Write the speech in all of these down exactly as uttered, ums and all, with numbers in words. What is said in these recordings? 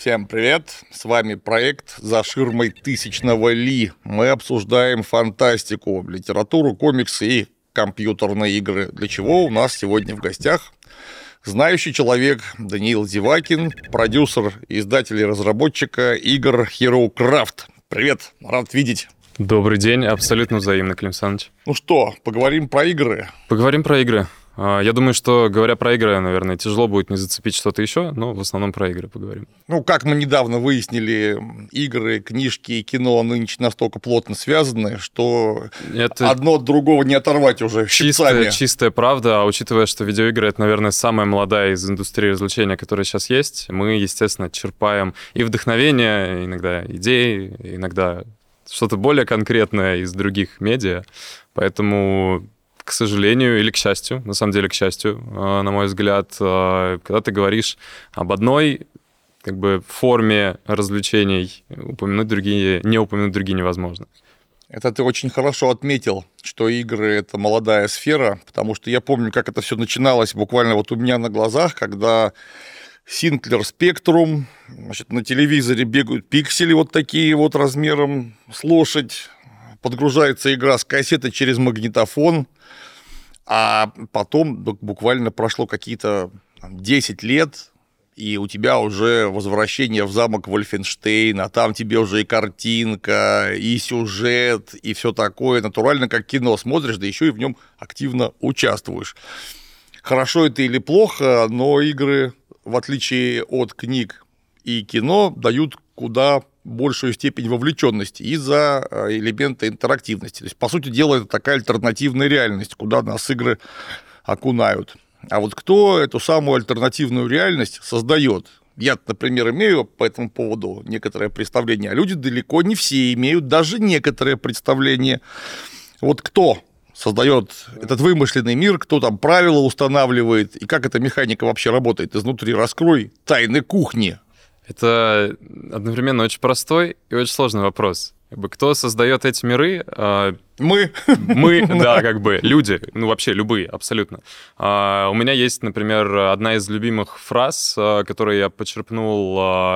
Всем привет! С вами проект «За ширмой тысячного Ли». Мы обсуждаем фантастику, литературу, комиксы и компьютерные игры. Для чего у нас сегодня в гостях знающий человек Даниил Зевакин, продюсер, издатель и разработчика игр HeroCraft. Привет, рад видеть. Добрый день, абсолютно взаимно, Клим Саныч. Ну что, поговорим про игры? Поговорим про игры. Я думаю, что, говоря про игры, наверное, тяжело будет не зацепить что-то еще, но в основном про игры поговорим. Ну, как мы недавно выяснили, игры, книжки и кино нынче настолько плотно связаны, что Это одно от другого не оторвать уже щипцами. Чистая, чистая правда, а учитывая, что видеоигры — это, наверное, самая молодая из индустрии развлечения, которая сейчас есть, мы, естественно, черпаем и вдохновение, иногда идеи, иногда что-то более конкретное из других медиа, поэтому... К сожалению или к счастью, на самом деле к счастью, на мой взгляд, когда ты говоришь об одной как бы форме развлечений, упомянуть другие, не упомянуть другие невозможно. Это ты очень хорошо отметил, что игры — это молодая сфера, потому что я помню, как это все начиналось буквально вот у меня на глазах, когда Sinclair Spectrum, значит, на телевизоре бегают пиксели вот такие вот размером с лошадь, подгружается игра с кассеты через магнитофон, а потом буквально прошло какие-то десять лет, и у тебя уже возвращение в замок Вольфенштейн, а там тебе уже и картинка, и сюжет, и все такое, натурально как кино смотришь, да еще и в нем активно участвуешь. Хорошо это или плохо, но игры, в отличие от книг и кино, дают куда большую степень вовлеченности из-за элемента интерактивности. То есть, по сути дела, это такая альтернативная реальность, куда нас игры окунают. А вот кто эту самую альтернативную реальность создает? Я, например, имею по этому поводу некоторое представление, а люди далеко не все имеют даже некоторое представление. Вот кто создает этот вымышленный мир, кто там правила устанавливает, и как эта механика вообще работает изнутри? Раскрой тайны кухни. Это одновременно очень простой и очень сложный вопрос. Как бы, кто создает эти миры? Мы. Мы, да, как бы, люди, ну, вообще любые, абсолютно. У меня есть, например, одна из любимых фраз, которую я почерпнул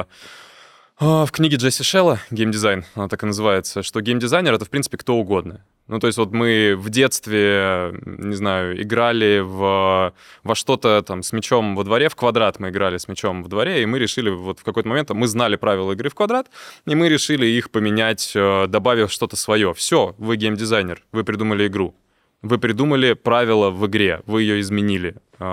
в книге Джесси Шелла «Геймдизайн», она так и называется, что геймдизайнер — это, в принципе, кто угодно. Ну, то есть вот мы в детстве, не знаю, играли в, во что-то там с мячом во дворе, в квадрат мы играли с мячом в дворе, и мы решили вот в какой-то момент, мы знали правила игры в квадрат, и мы решили их поменять, добавив что-то свое. Все, вы геймдизайнер, вы придумали игру, вы придумали правила в игре, вы ее изменили.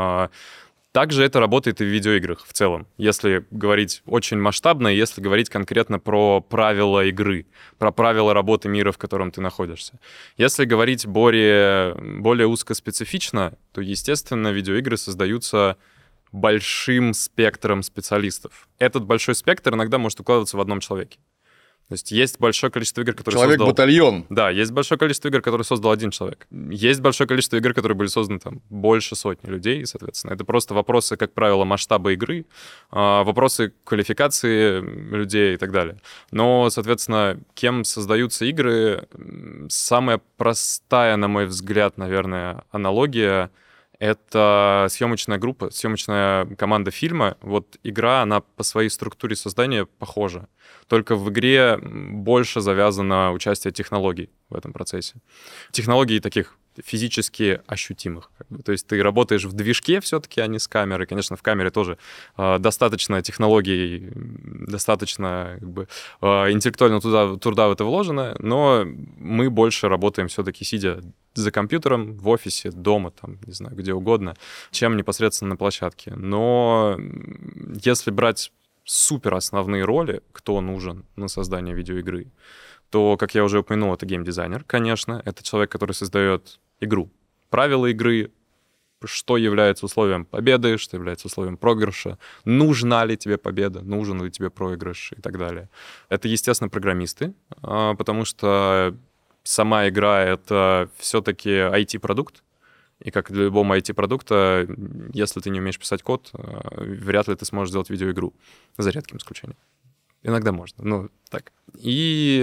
Также это работает и в видеоиграх в целом, если говорить очень масштабно, если говорить конкретно про правила игры, про правила работы мира, в котором ты находишься. Если говорить более, более узкоспецифично, то, естественно, видеоигры создаются большим спектром специалистов. Этот большой спектр иногда может укладываться в одном человеке. То есть есть большое количество игр, которые создал... Человек-батальон. Да, есть большое количество игр, которые создал один человек. Есть большое количество игр, которые были созданы там больше сотни людей, соответственно. Это просто вопросы, как правило, масштаба игры, вопросы квалификации людей и так далее. Но, соответственно, кем создаются игры, самая простая, на мой взгляд, наверное, аналогия — это съемочная группа, съемочная команда фильма. Вот игра, она по своей структуре создания похожа. Только в игре больше завязано участие технологий в этом процессе. Технологий таких физически ощутимых. Как бы. То есть ты работаешь в движке все-таки, а не с камерой. Конечно, в камере тоже э, достаточно технологий, достаточно как бы, э, интеллектуального труда, труда в это вложено, но мы больше работаем все-таки сидя за компьютером, в офисе, дома, там, не знаю, где угодно, чем непосредственно на площадке. Но если брать супер основные роли, кто нужен на создание видеоигры, то, как я уже упомянул, это геймдизайнер, конечно. Это человек, который создает игру. Правила игры, что является условием победы, что является условием проигрыша, нужна ли тебе победа, нужен ли тебе проигрыш и так далее. Это, естественно, программисты, потому что сама игра — это все-таки ай ти-продукт, и как для любого ай ти-продукта, если ты не умеешь писать код, вряд ли ты сможешь сделать видеоигру, за редким исключением. Иногда можно, ну, так. И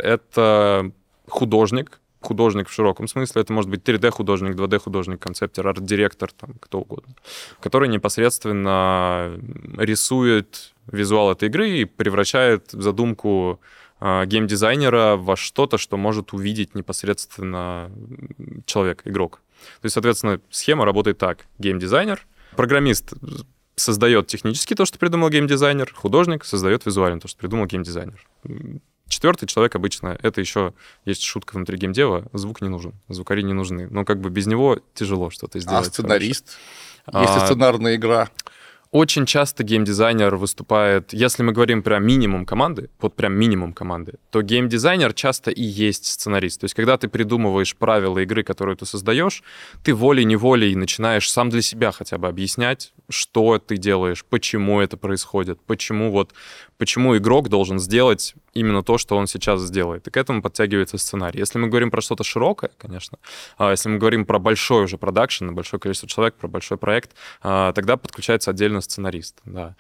это художник, художник в широком смысле, это может быть три дэ-художник, два дэ-художник, концептер, арт-директор, там, кто угодно, который непосредственно рисует визуал этой игры и превращает задумку э, геймдизайнера во что-то, что может увидеть непосредственно человек, игрок. То есть, соответственно, схема работает так. Геймдизайнер, программист создает технически то, что придумал геймдизайнер, художник создает визуально то, что придумал геймдизайнер. Четвертый человек обычно, это еще есть шутка внутри геймдева, звук не нужен, звукари не нужны. Но как бы без него тяжело что-то сделать. А сценарист? Хорошо. Если а, сценарная игра? Очень часто геймдизайнер выступает, если мы говорим про минимум команды, вот прям минимум команды, то геймдизайнер часто и есть сценарист. То есть когда ты придумываешь правила игры, которую ты создаешь, ты волей-неволей начинаешь сам для себя хотя бы объяснять, что ты делаешь, почему это происходит, почему вот, почему игрок должен сделать именно то, что он сейчас сделает. И к этому подтягивается сценарий. Если мы говорим про что-то широкое, конечно, если мы говорим про большой уже продакшн, большое количество человек, про большой проект, тогда подключается отдельно сценарист. Да.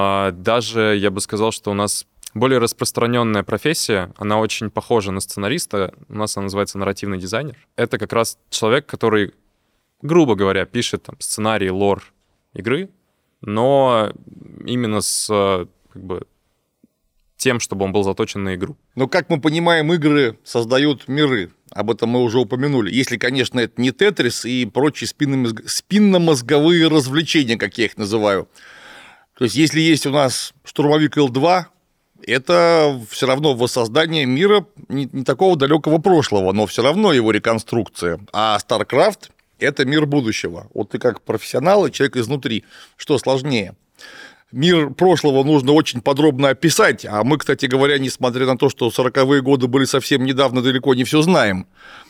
Даже я бы сказал, что у нас более распространенная профессия, она очень похожа на сценариста. У нас она называется нарративный дизайнер. Это как раз человек, который, грубо говоря, пишет там, сценарий, лор игры, но именно с как бы, тем, чтобы он был заточен на игру. Но, как мы понимаем, игры создают миры. Об этом мы уже упомянули. Если, конечно, это не Тетрис и прочие спинномозговые развлечения, как я их называю. То есть, если есть у нас штурмовик Ил два, это все равно воссоздание мира не, не такого далекого прошлого, но все равно его реконструкция. А StarCraft – это мир будущего. Вот ты как профессионал и человек изнутри. Что сложнее? Мир прошлого нужно очень подробно описать, а мы, кстати говоря, несмотря на то, что сороковые годы были совсем недавно, далеко не все знаем.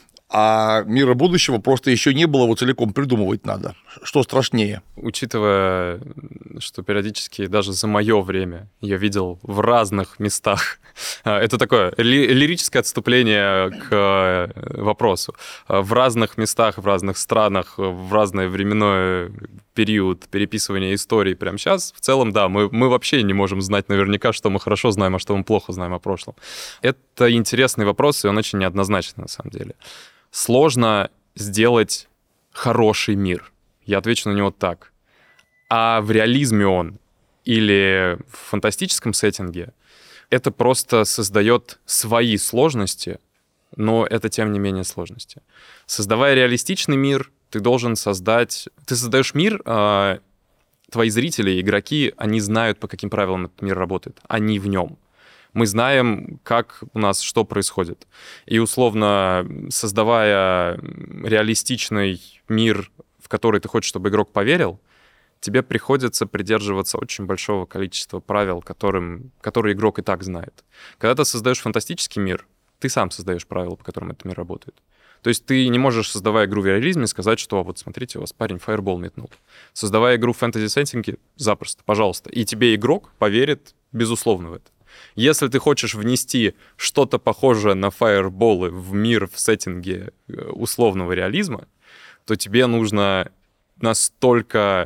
А мира будущего просто еще не было, его целиком придумывать надо. Что страшнее? Учитывая, что периодически даже за мое время я видел в разных местах, это такое ли, лирическое отступление к вопросу, в разных местах, в разных странах, в разный временной период переписывания истории прямо сейчас, в целом, да, мы, мы вообще не можем знать наверняка, что мы хорошо знаем, а что мы плохо знаем о прошлом. Это интересный вопрос, и он очень неоднозначный на самом деле. Сложно сделать хороший мир. Я отвечу на него так. А в реализме он или в фантастическом сеттинге это просто создает свои сложности, но это тем не менее сложности. Создавая реалистичный мир, ты должен создать... Ты создаешь мир, а твои зрители, игроки, они знают, по каким правилам этот мир работает. Они в нем. Мы знаем, как у нас что происходит. И, условно, создавая реалистичный мир, в который ты хочешь, чтобы игрок поверил, тебе приходится придерживаться очень большого количества правил, которым, которые игрок и так знает. Когда ты создаешь фантастический мир, ты сам создаешь правила, по которым этот мир работает. То есть ты не можешь, создавая игру в реализме, сказать, что вот смотрите, у вас парень фаербол метнул. Создавая игру в фэнтези-сеттинге, запросто, пожалуйста. И тебе игрок поверит, безусловно, в это. Если ты хочешь внести что-то похожее на фаерболы в мир в сеттинге условного реализма, то тебе нужно настолько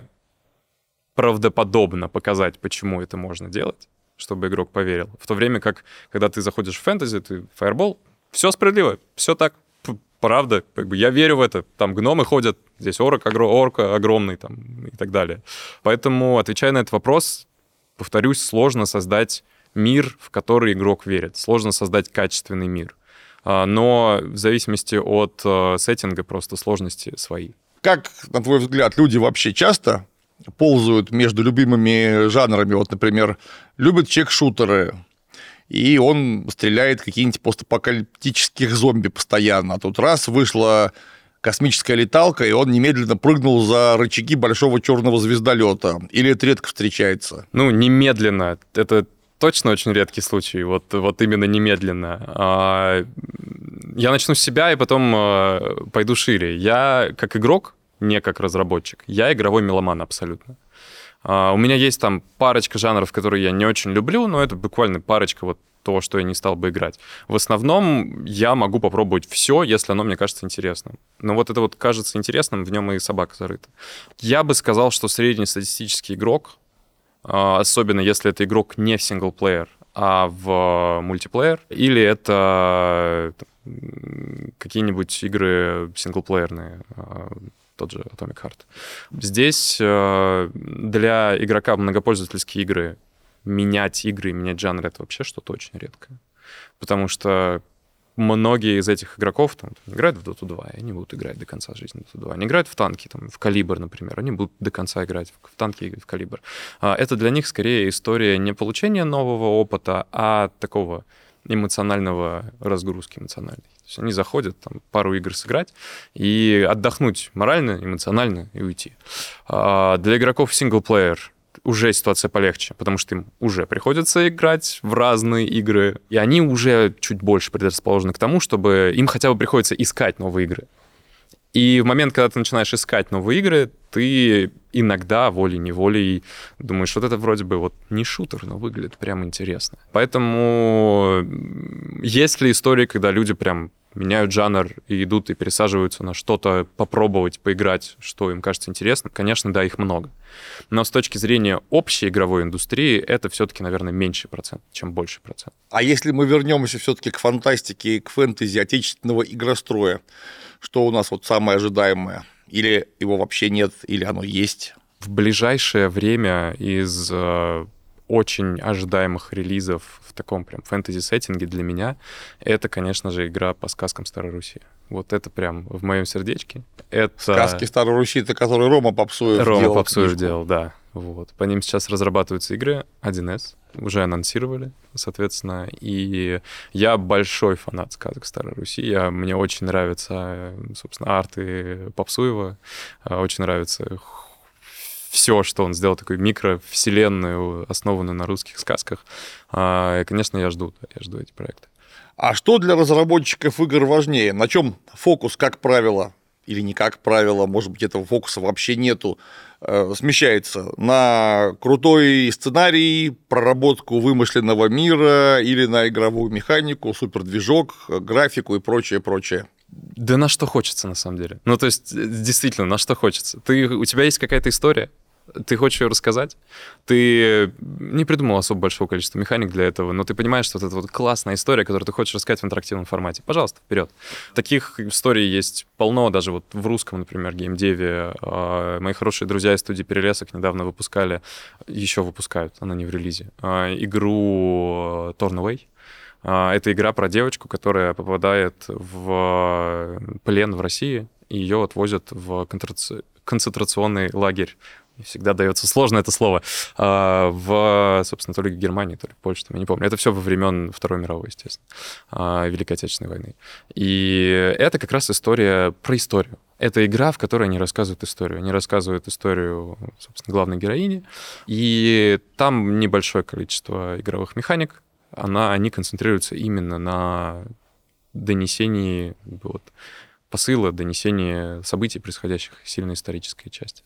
правдоподобно показать, почему это можно делать, чтобы игрок поверил. В то время как, когда ты заходишь в фэнтези, ты фаербол, все справедливо, все так, правда, как бы я верю в это. Там гномы ходят, здесь орк, огр... орк огромный там, и так далее. Поэтому, отвечая на этот вопрос, повторюсь, сложно создать мир, в который игрок верит. Сложно создать качественный мир. Но в зависимости от сеттинга просто сложности свои. Как, на твой взгляд, люди вообще часто ползают между любимыми жанрами? Вот, например, любит человек шутеры, и он стреляет какие-нибудь постапокалиптических зомби постоянно. А тут раз вышла космическая леталка, и он немедленно прыгнул за рычаги большого черного звездолета. Или это редко встречается? Ну, немедленно. Это точно очень редкий случай. Вот, вот именно немедленно. Я начну с себя, и потом пойду шире. Я как игрок, не как разработчик, я игровой меломан абсолютно. Uh, у меня есть там парочка жанров, которые я не очень люблю, но это буквально парочка вот того, что я не стал бы играть. В основном я могу попробовать все, если оно мне кажется интересным. Но вот это вот кажется интересным, в нем и собака зарыта. Я бы сказал, что среднестатистический игрок, uh, особенно если это игрок не в синглплеер, а в мультиплеер, или это какие-нибудь игры синглплеерные, uh, тот же Atomic Heart. Здесь э, для игрока многопользовательские игры менять игры, менять жанр — это вообще что-то очень редкое. Потому что многие из этих игроков там, играют в доту два, и они будут играть до конца жизни в доту два. Они играют в танки, там, в Калибр, например, они будут до конца играть в танки и в Калибр. Это для них скорее история не получения нового опыта, а такого эмоционального разгрузки эмоциональной. То есть они заходят, там, пару игр сыграть и отдохнуть морально, эмоционально и уйти. Для игроков синглплеер уже ситуация полегче, потому что им уже приходится играть в разные игры, и они уже чуть больше предрасположены к тому, чтобы им хотя бы приходится искать новые игры. И в момент, когда ты начинаешь искать новые игры, ты иногда волей-неволей думаешь, вот это вроде бы вот не шутер, но выглядит прям интересно. Поэтому есть ли истории, когда люди прям меняют жанр и идут и пересаживаются на что-то попробовать, поиграть, что им кажется интересным? Конечно, да, их много. Но с точки зрения общей игровой индустрии это все-таки, наверное, меньший процент, чем больший процент. А если мы вернемся все-таки к фантастике и к фэнтези отечественного игростроя, что у нас вот самое ожидаемое? Или его вообще нет, или оно есть? В ближайшее время из э, очень ожидаемых релизов в таком прям фэнтези-сеттинге для меня это, конечно же, игра по сказкам Старой Руси. Вот это прям в моем сердечке. Это... Сказки Старой Руси, это которые Рома Попсуев Рома делал. Рома Попсуев делал, да. Вот. По ним сейчас разрабатываются игры один эс, уже анонсировали, соответственно, и я большой фанат сказок Старой Руси, я, мне очень нравятся, собственно, арты Попсуева, очень нравится все, что он сделал, такую микровселенную, основанную на русских сказках, и, конечно, я жду, я жду эти проекты. А что для разработчиков игр важнее? На чем фокус, как правило, или не как правило, может быть, этого фокуса вообще нету, смещается на крутой сценарий, проработку вымышленного мира или на игровую механику, супердвижок, графику и прочее, прочее? Да на что хочется, на самом деле. Ну, то есть, действительно, на что хочется. Ты, у тебя есть какая-то история, ты хочешь ее рассказать, ты не придумал особо большого количества механик для этого, но ты понимаешь, что вот это вот классная история, которую ты хочешь рассказать в интерактивном формате. Пожалуйста, вперед. Таких историй есть полно, даже вот в русском, например, геймдеве. Мои хорошие друзья из студии «Перелесок» недавно выпускали, еще выпускают, она не в релизе, игру Torn Away. Это игра про девочку, которая попадает в плен в России, и ее отвозят в концентрационный лагерь. Всегда дается сложно это слово. В, собственно, то ли Германии, то ли Польше, я не помню. Это все во времен Второй мировой, естественно, Великой Отечественной войны. И это как раз история про историю. Это игра, в которой они рассказывают историю. Они рассказывают историю, собственно, главной героини. И там небольшое количество игровых механик. Она, они концентрируются именно на донесении вот, посыла, донесении событий, происходящих в сильно исторической части.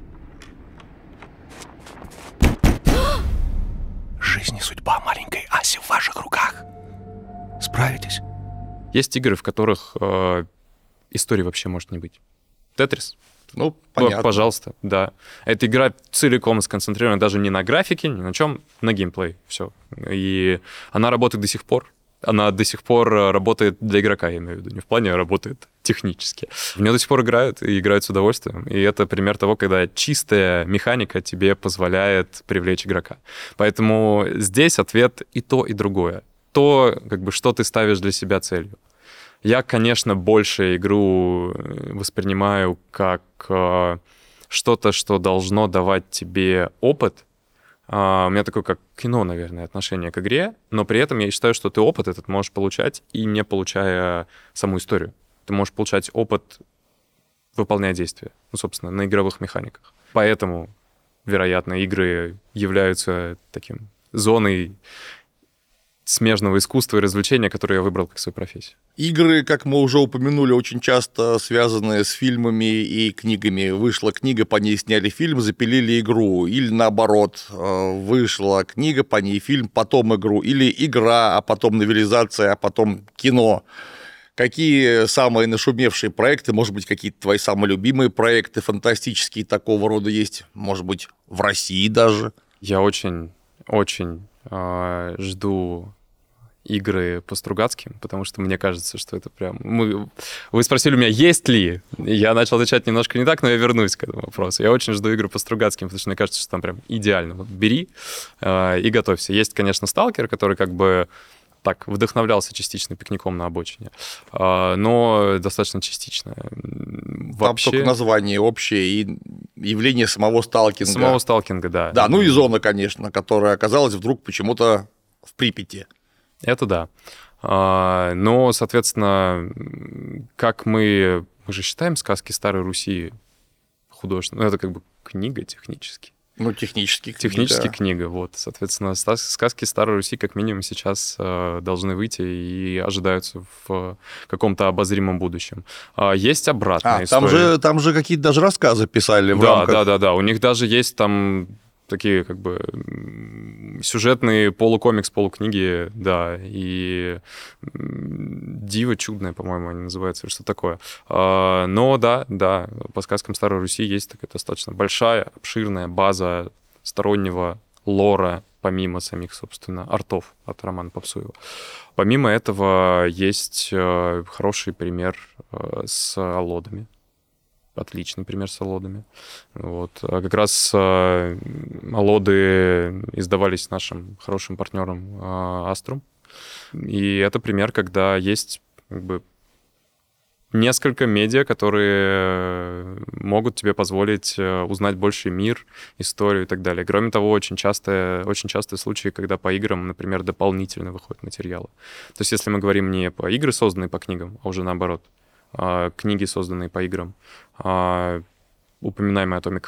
Жизнь и судьба маленькой Аси в ваших руках. Справитесь? Есть игры, в которых э, истории вообще может не быть. Тетрис. Ну, понятно. Пожалуйста, да. Эта игра целиком сконцентрирована даже не на графике, ни на чем, на геймплей. Все. И она работает до сих пор. Она до сих пор работает для игрока, я имею в виду, не в плане работает технически. В нее до сих пор играют, и играют с удовольствием. И это пример того, когда чистая механика тебе позволяет привлечь игрока. Поэтому здесь ответ и то, и другое. То, как бы, что ты ставишь для себя целью. Я, конечно, больше игру воспринимаю как э, что-то, что должно давать тебе опыт. Uh, у меня такое, как кино, наверное, отношение к игре, но при этом я считаю, что ты опыт этот можешь получать и не получая саму историю. Ты можешь получать опыт, выполняя действия, ну, собственно, на игровых механиках. Поэтому, вероятно, игры являются таким зоной смежного искусства и развлечения, которое я выбрал как свою профессию. Игры, как мы уже упомянули, очень часто связаны с фильмами и книгами. Вышла книга, по ней сняли фильм, запилили игру. Или наоборот, вышла книга, по ней фильм, потом игру. Или игра, а потом новелизация, а потом кино. Какие самые нашумевшие проекты, может быть, какие-то твои самые любимые проекты фантастические такого рода есть? Может быть, в России даже? Я очень, очень э, жду игры по Стругацким, потому что мне кажется, что это прям... Мы... Вы спросили у меня, есть ли? Я начал отвечать немножко не так, но я вернусь к этому вопросу. Я очень жду игры по Стругацким, потому что мне кажется, что там прям идеально. Вот бери э, и готовься. Есть, конечно, Сталкер, который как бы так вдохновлялся частично пикником на обочине, э, но достаточно частично. Вообще... Там только название общее и явление самого сталкинга. Самого сталкинга, да. Да, ну и зона, конечно, которая оказалась вдруг почему-то в Припяти. Это да. Но, соответственно, как мы... Мы же считаем сказки Старой Руси художественной. Ну, это как бы книга технически. Ну, технически книга. Технически книга, вот. Соответственно, сказки Старой Руси как минимум сейчас должны выйти и ожидаются в каком-то обозримом будущем. Есть обратная а, история. Там же, там же какие-то даже рассказы писали в да, рамках... Да, да, да. У них даже есть там... такие как бы сюжетные полукомикс, полукниги, да, и Диво чудное, по-моему, они называются, или что такое. Но да, да, по сказкам Старой Руси есть такая достаточно большая, обширная база стороннего лора, помимо самих, собственно, артов от Романа Попсуева. Помимо этого есть хороший пример с Алодами. Отличный пример с Алодами. Вот. А как раз э, Алоды издавались нашим хорошим партнером э, Аструм. И это пример, когда есть как бы несколько медиа, которые могут тебе позволить узнать больше мир, историю и так далее. Кроме того, очень часто, очень частые случаи, когда по играм, например, дополнительно выходят материалы. То есть если мы говорим не по игры, созданные по книгам, а уже наоборот, книги, созданные по играм. Упоминаемый Atomic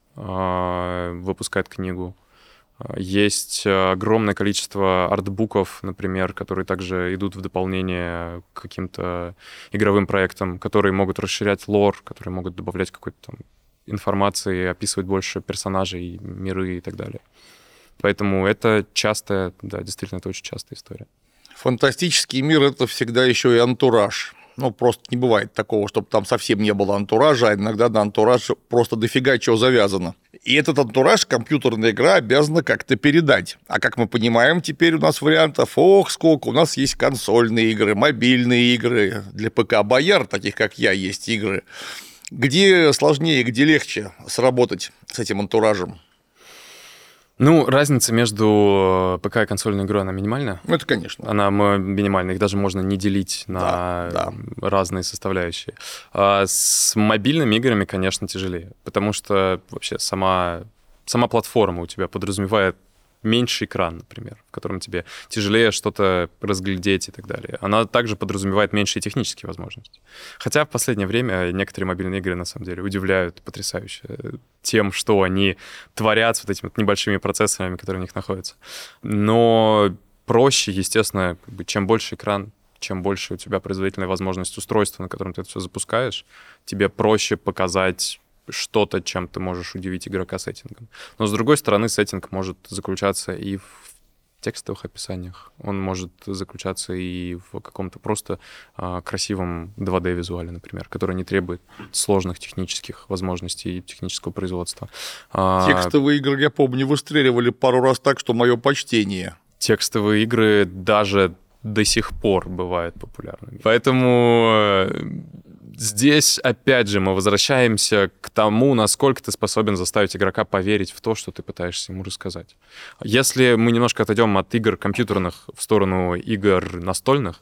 Heart выпускает книгу. Есть огромное количество артбуков, например, которые также идут в дополнение к каким-то игровым проектам, которые могут расширять лор, которые могут добавлять какой-то там информации, описывать больше персонажей, миры и так далее. Поэтому это частая, да, действительно, это очень частая история. Фантастический мир — это всегда еще и антураж. Ну, просто не бывает такого, чтобы там совсем не было антуража, а иногда на антураж просто дофига чего завязано. И этот антураж компьютерная игра обязана как-то передать. А как мы понимаем, теперь у нас вариантов, ох, сколько, у нас есть консольные игры, мобильные игры, для ПК-бояр, таких как я, есть игры. Где сложнее, где легче сработать с этим антуражем? Ну, разница между ПК и консольной игрой, она минимальна. Ну, это, конечно. Она минимальна, их даже можно не делить на да, да. разные составляющие. А с мобильными играми, конечно, тяжелее, потому что вообще сама, сама платформа у тебя подразумевает меньший экран, например, в котором тебе тяжелее что-то разглядеть и так далее. Она также подразумевает меньшие технические возможности. Хотя в последнее время некоторые мобильные игры, на самом деле, удивляют потрясающе тем, что они творят с вот этими вот небольшими процессорами, которые у них находятся. Но проще, естественно, как бы, чем больше экран, чем больше у тебя производительная возможность устройства, на котором ты это все запускаешь, тебе проще показать что-то, чем ты можешь удивить игрока сеттингом. Но, с другой стороны, сеттинг может заключаться и в текстовых описаниях, он может заключаться и в каком-то просто а, красивом два дэ-визуале, например, который не требует сложных технических возможностей и технического производства. Текстовые игры, я помню, выстреливали пару раз так, что мое почтение. Текстовые игры даже до сих пор бывают популярными. Поэтому здесь, опять же, мы возвращаемся к тому, насколько ты способен заставить игрока поверить в то, что ты пытаешься ему рассказать. Если мы немножко отойдем от игр компьютерных в сторону игр настольных,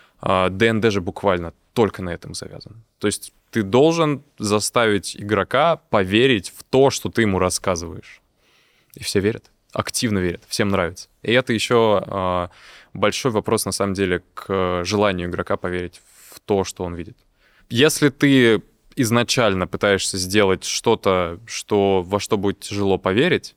ди энд ди же буквально только на этом завязан. То есть ты должен заставить игрока поверить в то, что ты ему рассказываешь. И все верят. Активно верят, всем нравится. И это еще э, большой вопрос, на самом деле, к желанию игрока поверить в то, что он видит. Если ты изначально пытаешься сделать что-то, что, во что будет тяжело поверить,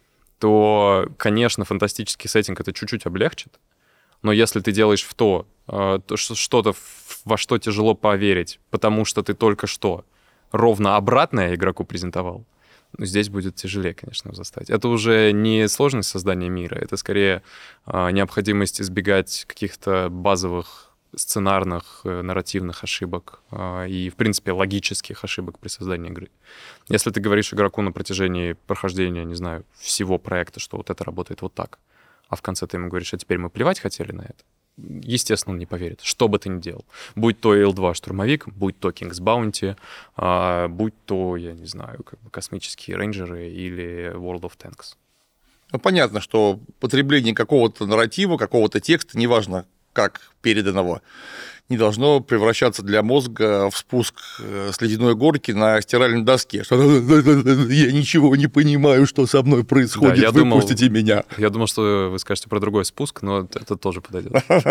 то, конечно, фантастический сеттинг это чуть-чуть облегчит. Но если ты делаешь в то, э, то что-то, во что тяжело поверить, потому что ты только что ровно обратное игроку презентовал, здесь будет тяжелее, конечно, заставить. Это уже не сложность создания мира, это скорее э, необходимость избегать каких-то базовых сценарных, э, нарративных ошибок э, и, в принципе, логических ошибок при создании игры. Если ты говоришь игроку на протяжении прохождения, не знаю, всего проекта, что вот это работает вот так, а в конце ты ему говоришь, а теперь мы плевать хотели на это, естественно, он не поверит, что бы ты ни делал. Будь то эл два штурмовик, будь то King's Bounty, а, будь то, я не знаю, как бы космические рейнджеры или World of Tanks. Ну, понятно, что потребление какого-то нарратива, какого-то текста, неважно, как переданного, не должно превращаться для мозга в спуск с ледяной горки на стиральной доске. Что я ничего не понимаю, что со мной происходит, да, выпустите думал, меня. Я думал, что вы скажете про другой спуск, но это тоже подойдет.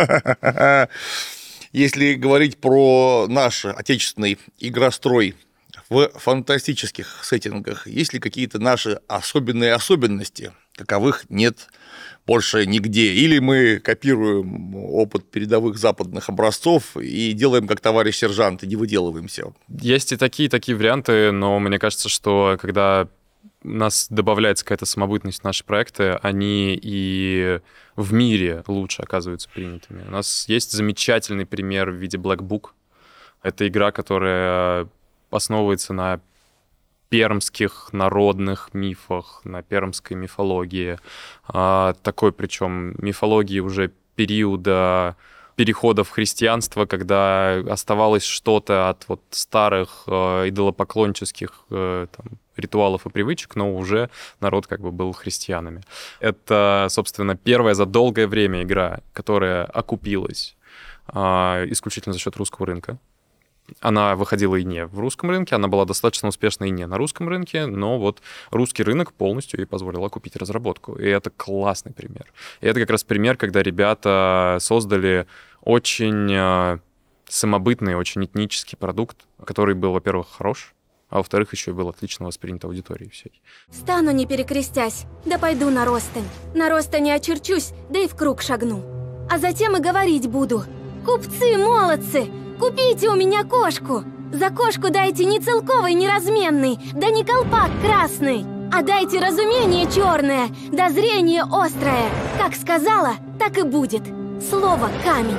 Если говорить про наш отечественный игрострой в фантастических сеттингах, есть ли какие-то наши особенные особенности, каковых нет больше нигде? Или мы копируем опыт передовых западных образцов и делаем как товарищ сержант, и не выделываемся? Есть и такие, такие варианты, но мне кажется, что когда у нас добавляется какая-то самобытность в наши проекты, они и в мире лучше оказываются принятыми. У нас есть замечательный пример в виде Black Book. Это игра, которая основывается на пермских народных мифах, на пермской мифологии. А, такой, причем, мифологии уже периода перехода в христианство, когда оставалось что-то от вот старых э, идолопоклонческих э, там, ритуалов и привычек, но уже народ как бы был христианами. Это, собственно, первая за долгое время игра, которая окупилась э, исключительно за счет русского рынка. Она выходила и не в русском рынке, она была достаточно успешна и не на русском рынке, но вот русский рынок полностью ей позволил окупить разработку. И это классный пример. И это как раз пример, когда ребята создали очень самобытный, очень этнический продукт, который был, во-первых, хорош, а во-вторых, еще и был отлично воспринят аудиторией всей. Стану не перекрестясь, да пойду на ростань. На ростань очерчусь, да и в круг шагну. А затем и говорить буду. Купцы, молодцы! Купите у меня кошку! За кошку дайте не целковый, не разменный, да не колпак красный, а дайте разумение черное, да зрение острое. Как сказала, так и будет. Слово камень.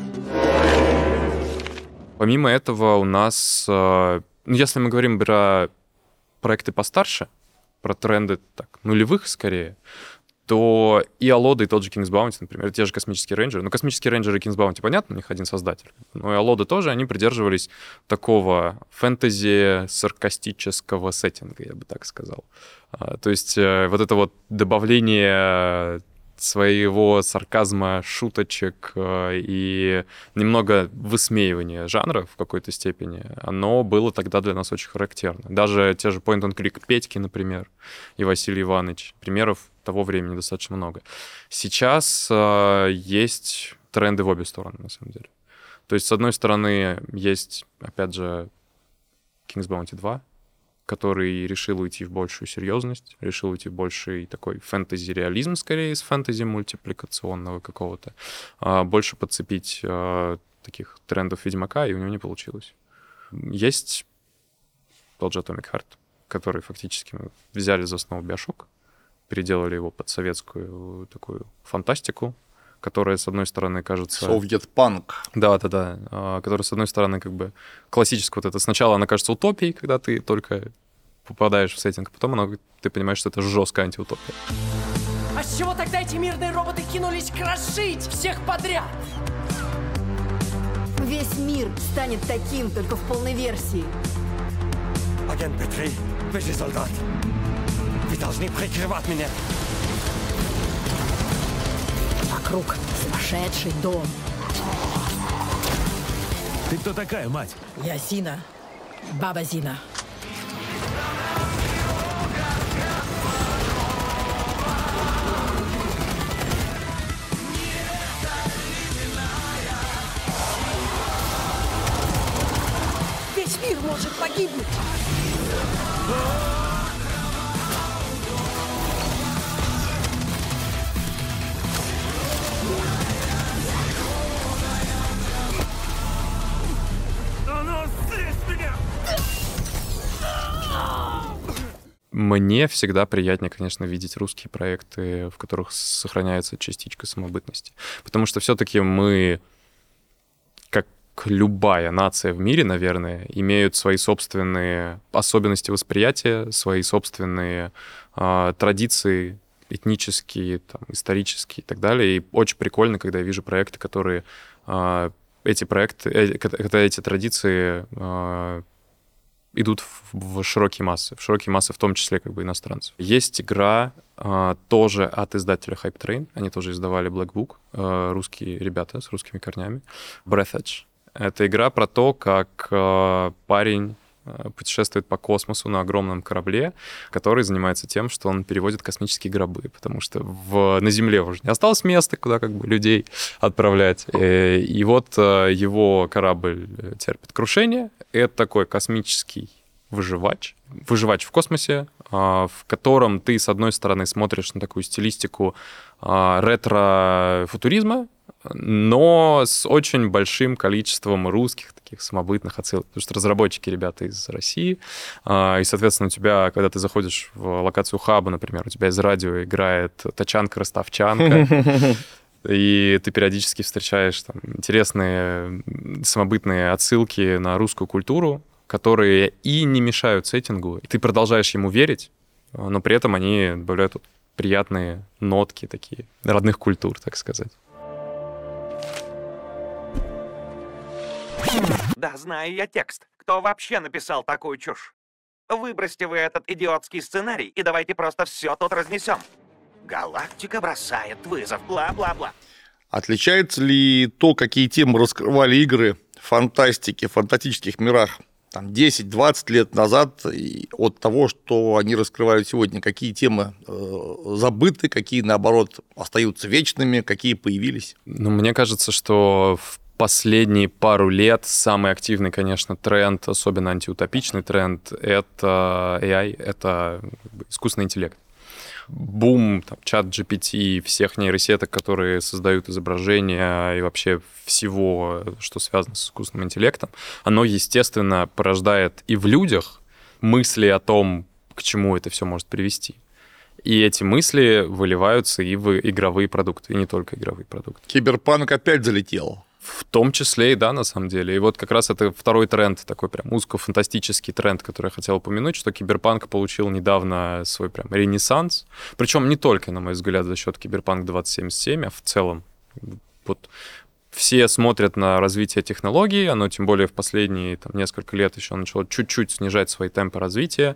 Помимо этого у нас, ну, если мы говорим про проекты постарше, про тренды так, нулевых скорее, то и Алода, и тот же King's Bounty, например, те же космические рейнджеры. Ну, космические рейнджеры и King's Bounty, понятно, у них один создатель. Но и Алода тоже, они придерживались такого фэнтези-саркастического сеттинга, я бы так сказал. А, то есть э, вот это вот добавление своего сарказма, шуточек э, и немного высмеивания жанра в какой-то степени, оно было тогда для нас очень характерно. Даже те же point-and-click Петьки, например, и Василий Иванович. Примеров того времени достаточно много. Сейчас э, есть тренды в обе стороны, на самом деле. То есть, с одной стороны, есть, опять же, King's Bounty два, который решил уйти в большую серьезность, решил уйти в больший такой фэнтези-реализм, скорее, из фэнтези-мультипликационного какого-то, э, больше подцепить э, таких трендов Ведьмака, и у него не получилось. Есть тот же Atomic Heart, который фактически мы взяли за основу Биошок, переделали его под советскую такую фантастику, которая, с одной стороны, кажется... Совет-панк. Да-да-да, которая, с одной стороны, как бы классическая вот это. Сначала она кажется утопией, когда ты только попадаешь в сеттинг, потом она, ты понимаешь, что это жесткая антиутопия. А с чего тогда эти мирные роботы кинулись крошить всех подряд? Весь мир станет таким, только в полной версии. Агент Петри, вы же солдат. Вы должны прикрывать меня. Вокруг сумасшедший дом. Ты кто такая, мать? Я Зина. Баба Зина. Весь мир может погибнуть. Мне всегда приятнее, конечно, видеть русские проекты, в которых сохраняется частичка самобытности. Потому что все-таки мы, как любая нация в мире, наверное, имеют свои собственные особенности восприятия, свои собственные э, традиции, этнические, там, исторические и так далее. И очень прикольно, когда я вижу проекты, которые... Э, эти проекты, э, когда эти традиции э, идут в, в широкие массы, в широкие массы, в том числе как бы иностранцев. Есть игра э, тоже от издателя Hype Train, они тоже издавали Black Book, э, русские ребята с русскими корнями, Breath Edge. Это игра про то, как э, парень путешествует по космосу на огромном корабле, который занимается тем, что он переводит космические гробы, потому что в, на Земле уже не осталось места, куда как бы людей отправлять. И, и вот его корабль терпит крушение. Это такой космический выживач, выживач в космосе, в котором ты, с одной стороны, смотришь на такую стилистику ретро-футуризма, но с очень большим количеством русских таких самобытных отсылок, потому что разработчики ребята из России, и, соответственно, у тебя, когда ты заходишь в локацию хаба, например, у тебя из радио играет тачанка-ростовчанка, и ты периодически встречаешь там интересные самобытные отсылки на русскую культуру, которые и не мешают сеттингу, и ты продолжаешь ему верить, но при этом они добавляют тут приятные нотки такие родных культур, так сказать. Да знаю я текст. Кто вообще написал такую чушь? Выбросьте вы этот идиотский сценарий и давайте просто все тут разнесем. Галактика бросает вызов, бла-бла-бла. Отличается ли то, какие темы раскрывали игры фантастики, в фантастических мирах там, десять-двадцать лет назад и от того, что они раскрывают сегодня? Какие темы э, забыты, какие, наоборот, остаются вечными, какие появились? Ну, мне кажется, что в последние пару лет самый активный, конечно, тренд, особенно антиутопичный тренд, это эй ай, это искусственный интеллект. Бум, там, чат джи пи ти, всех нейросеток, которые создают изображения и вообще всего, что связано с искусственным интеллектом, оно, естественно, порождает и в людях мысли о том, к чему это все может привести. И эти мысли выливаются и в игровые продукты, и не только игровые продукты. Киберпанк опять залетел. В том числе и да, на самом деле. И вот как раз это второй тренд, такой прям узкофантастический тренд, который я хотел упомянуть, что Киберпанк получил недавно свой прям ренессанс. Причем не только, на мой взгляд, за счет Киберпанк двадцать семьдесят семь, а в целом. Вот все смотрят на развитие технологий, оно тем более в последние там, несколько лет еще начало чуть-чуть снижать свои темпы развития,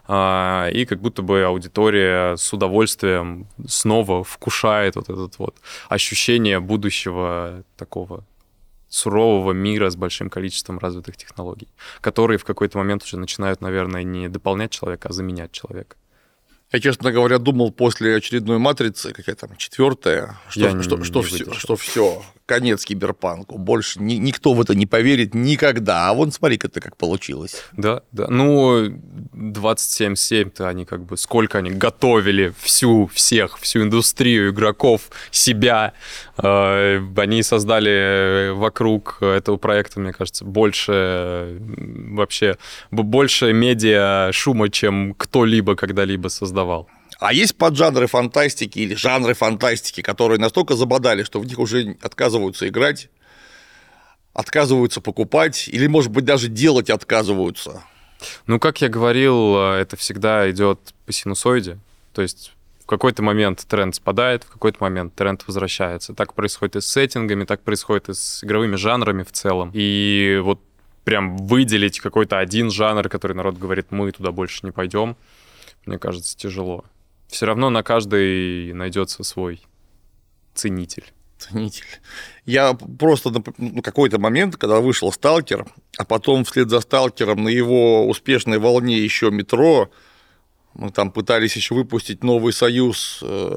и как будто бы аудитория с удовольствием снова вкушает вот это вот ощущение будущего такого сурового мира с большим количеством развитых технологий, которые в какой-то момент уже начинают, наверное, не дополнять человека, а заменять человека. Я, честно говоря, думал после очередной «Матрицы», какая там четвертая, что, Я что, не, что, не все, что все, конец киберпанку, больше ни, никто в это не поверит никогда. А вон смотри-ка ты как получилось. Да, да. Ну, двадцать семьдесят семь-то они как бы, сколько они готовили всю, всех, всю индустрию игроков, себя. Э, они создали вокруг этого проекта, мне кажется, больше вообще, больше медиа шума, чем кто-либо когда-либо создавал. А есть поджанры фантастики или жанры фантастики, которые настолько забодали, что в них уже отказываются играть, отказываются покупать, или, может быть, даже делать отказываются? Ну, как я говорил, это всегда идет по синусоиде. То есть в какой-то момент тренд спадает, в какой-то момент тренд возвращается. Так происходит и с сеттингами, так происходит и с игровыми жанрами в целом. И вот прям выделить какой-то один жанр, который народ говорит, мы туда больше не пойдем, мне кажется, тяжело. Все равно на каждый найдется свой ценитель. Ценитель. Я просто на ну, какой-то момент, когда вышел «Сталкер», а потом вслед за «Сталкером» на его успешной волне еще «Метро», мы там пытались еще выпустить «Новый Союз»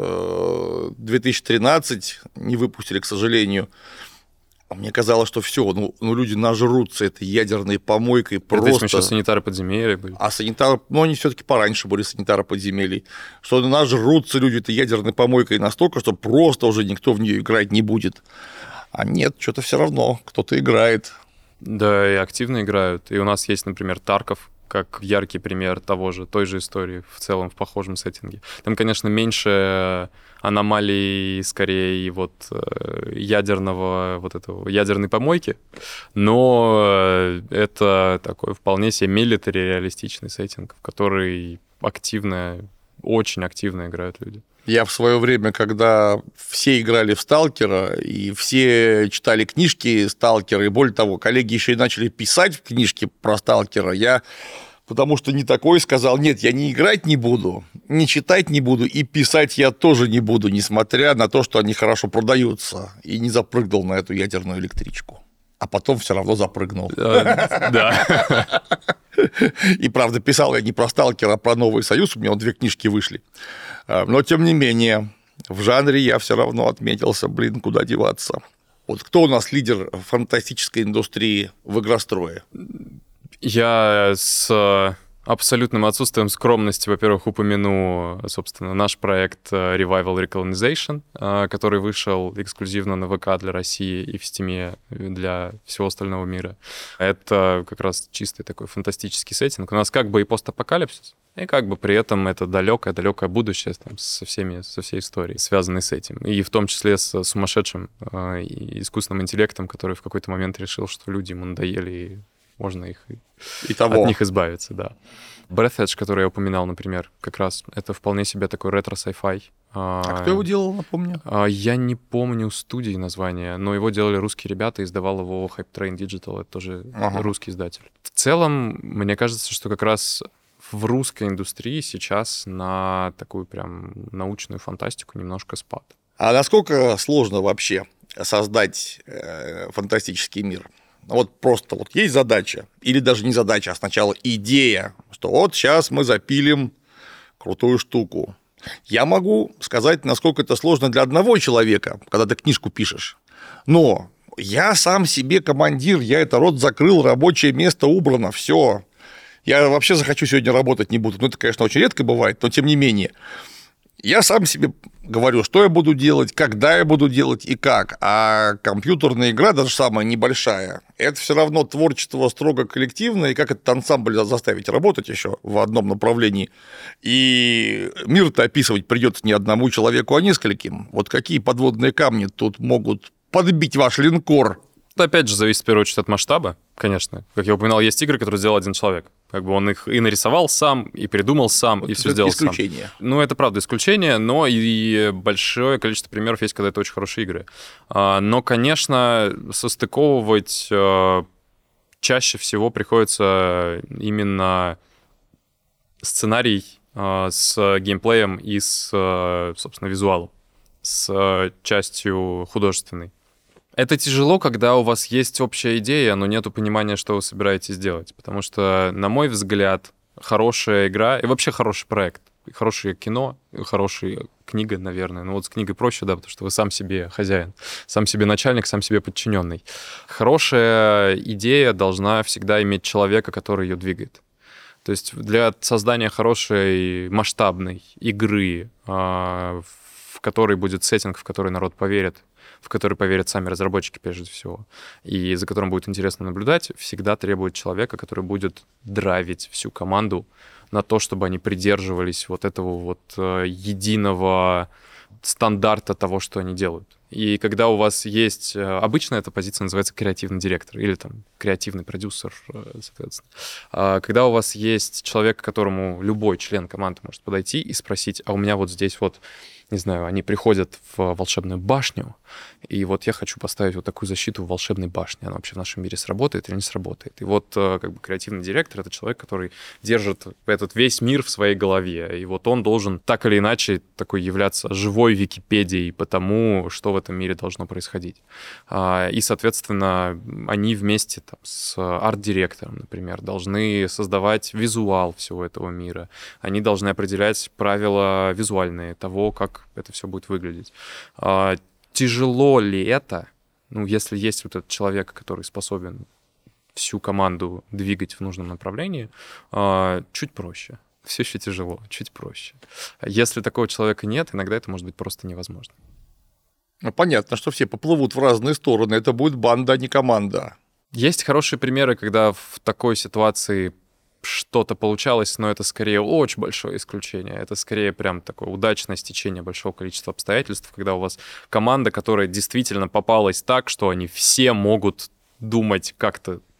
две тысячи тринадцать, не выпустили, к сожалению. Мне казалось, что все, ну, ну люди нажрутся этой ядерной помойкой просто. Это еще санитары подземелья были. А санитары, ну они все-таки пораньше были санитары подземелий, что нажрутся люди этой ядерной помойкой настолько, что просто уже никто в нее играть не будет. А нет, что-то все равно кто-то играет. Да, и активно играют. И у нас есть, например, Тарков, как яркий пример того же, той же истории в целом, в похожем сеттинге. Там, конечно, меньше аномалий, скорее, вот ядерного, вот этого, ядерной помойки, но это такой вполне себе милитари реалистичный сеттинг, в который активно, очень активно играют люди. Я в свое время, когда все играли в «Сталкера», и все читали книжки «Сталкера», и более того, коллеги еще и начали писать в книжке про «Сталкера», я, потому что не такой, сказал: нет, я не играть не буду, не читать не буду, и писать я тоже не буду, несмотря на то, что они хорошо продаются, и не запрыгнул на эту ядерную электричку. А потом все равно запрыгнул. Да. И, правда, писал я не про «Сталкера», а про «Новый Союз», у меня вот две книжки вышли. Но, тем не менее, в жанре я все равно отметился, блин, куда деваться. Вот кто у нас лидер фантастической индустрии в игрострое? Я с абсолютным отсутствием скромности, во-первых, упомяну, собственно, наш проект Revival Recolonization, который вышел эксклюзивно на ВК для России и в Steam для всего остального мира. Это как раз чистый такой фантастический сеттинг. У нас как бы и постапокалипсис, и как бы при этом это далекое-далекое будущее там, со, всеми, со всей историей, связанной с этим. И в том числе с сумасшедшим э, искусственным интеллектом, который в какой-то момент решил, что люди ему надоели, и можно их Итого. от них избавиться, да. Breath Edge, который я упоминал, например, как раз это вполне себе такой ретро-сайфай. А кто его делал, напомню? Я не помню студии названия, но его делали русские ребята, издавал его Hype Train Digital, это тоже ага. русский издатель. В целом, мне кажется, что как раз в русской индустрии сейчас на такую прям научную фантастику немножко спад. А насколько сложно вообще создать э, фантастический мир? Вот просто вот есть задача, или даже не задача, а сначала идея, что вот сейчас мы запилим крутую штуку. Я могу сказать, насколько это сложно для одного человека, когда ты книжку пишешь, но я сам себе командир, я это рот закрыл, рабочее место убрано, все. Я вообще захочу сегодня работать не буду. Ну, это, конечно, очень редко бывает, но тем не менее. Я сам себе говорю, что я буду делать, когда я буду делать и как. А компьютерная игра, даже самая небольшая, это все равно творчество строго коллективное, и как этот ансамбль заставить работать еще в одном направлении. И мир-то описывать придется не одному человеку, а нескольким. Вот какие подводные камни тут могут подбить ваш линкор? Опять же, зависит в первую очередь от масштаба, конечно. Как я упоминал, есть игры, которые сделал один человек. Как бы он их и нарисовал сам, и придумал сам, вот и все сделал сам. Исключение. Ну, это правда исключение, но и большое количество примеров есть, когда это очень хорошие игры. Но, конечно, состыковывать чаще всего приходится именно сценарий с геймплеем и с, собственно, визуалом, с частью художественной. Это тяжело, когда у вас есть общая идея, но нету понимания, что вы собираетесь делать. Потому что, на мой взгляд, хорошая игра и вообще хороший проект, хорошее кино, хорошая книга, наверное. Ну вот с книгой проще, да, потому что вы сам себе хозяин, сам себе начальник, сам себе подчиненный. Хорошая идея должна всегда иметь человека, который ее двигает. То есть для создания хорошей масштабной игры, в которой будет сеттинг, в который народ поверит, в который поверят сами разработчики, прежде всего, и за которым будет интересно наблюдать, всегда требует человека, который будет драйвить всю команду на то, чтобы они придерживались вот этого вот единого стандарта того, что они делают. И когда у вас есть... Обычно эта позиция называется креативный директор или там креативный продюсер, соответственно. Когда у вас есть человек, к которому любой член команды может подойти и спросить, а у меня вот здесь вот, не знаю, они приходят в волшебную башню, и вот я хочу поставить вот такую защиту в волшебной башне. Она вообще в нашем мире сработает или не сработает? И вот как бы креативный директор — это человек, который держит этот весь мир в своей голове. И вот он должен так или иначе такой являться живой Википедией по тому, что в этом мире должно происходить. И, соответственно, они вместе там, с арт-директором, например, должны создавать визуал всего этого мира. Они должны определять правила визуальные того, как это все будет выглядеть. Тяжело ли это, ну, если есть вот этот человек, который способен всю команду двигать в нужном направлении, чуть проще. Все еще тяжело, чуть проще. Если такого человека нет, иногда это может быть просто невозможно. Ну, понятно, что все поплывут в разные стороны. Это будет банда, а не команда. Есть хорошие примеры, когда в такой ситуации что-то получалось, но это скорее очень большое исключение. Это скорее прям такое удачное стечение большого количества обстоятельств, когда у вас команда, которая действительно попалась так, что они все могут думать как-то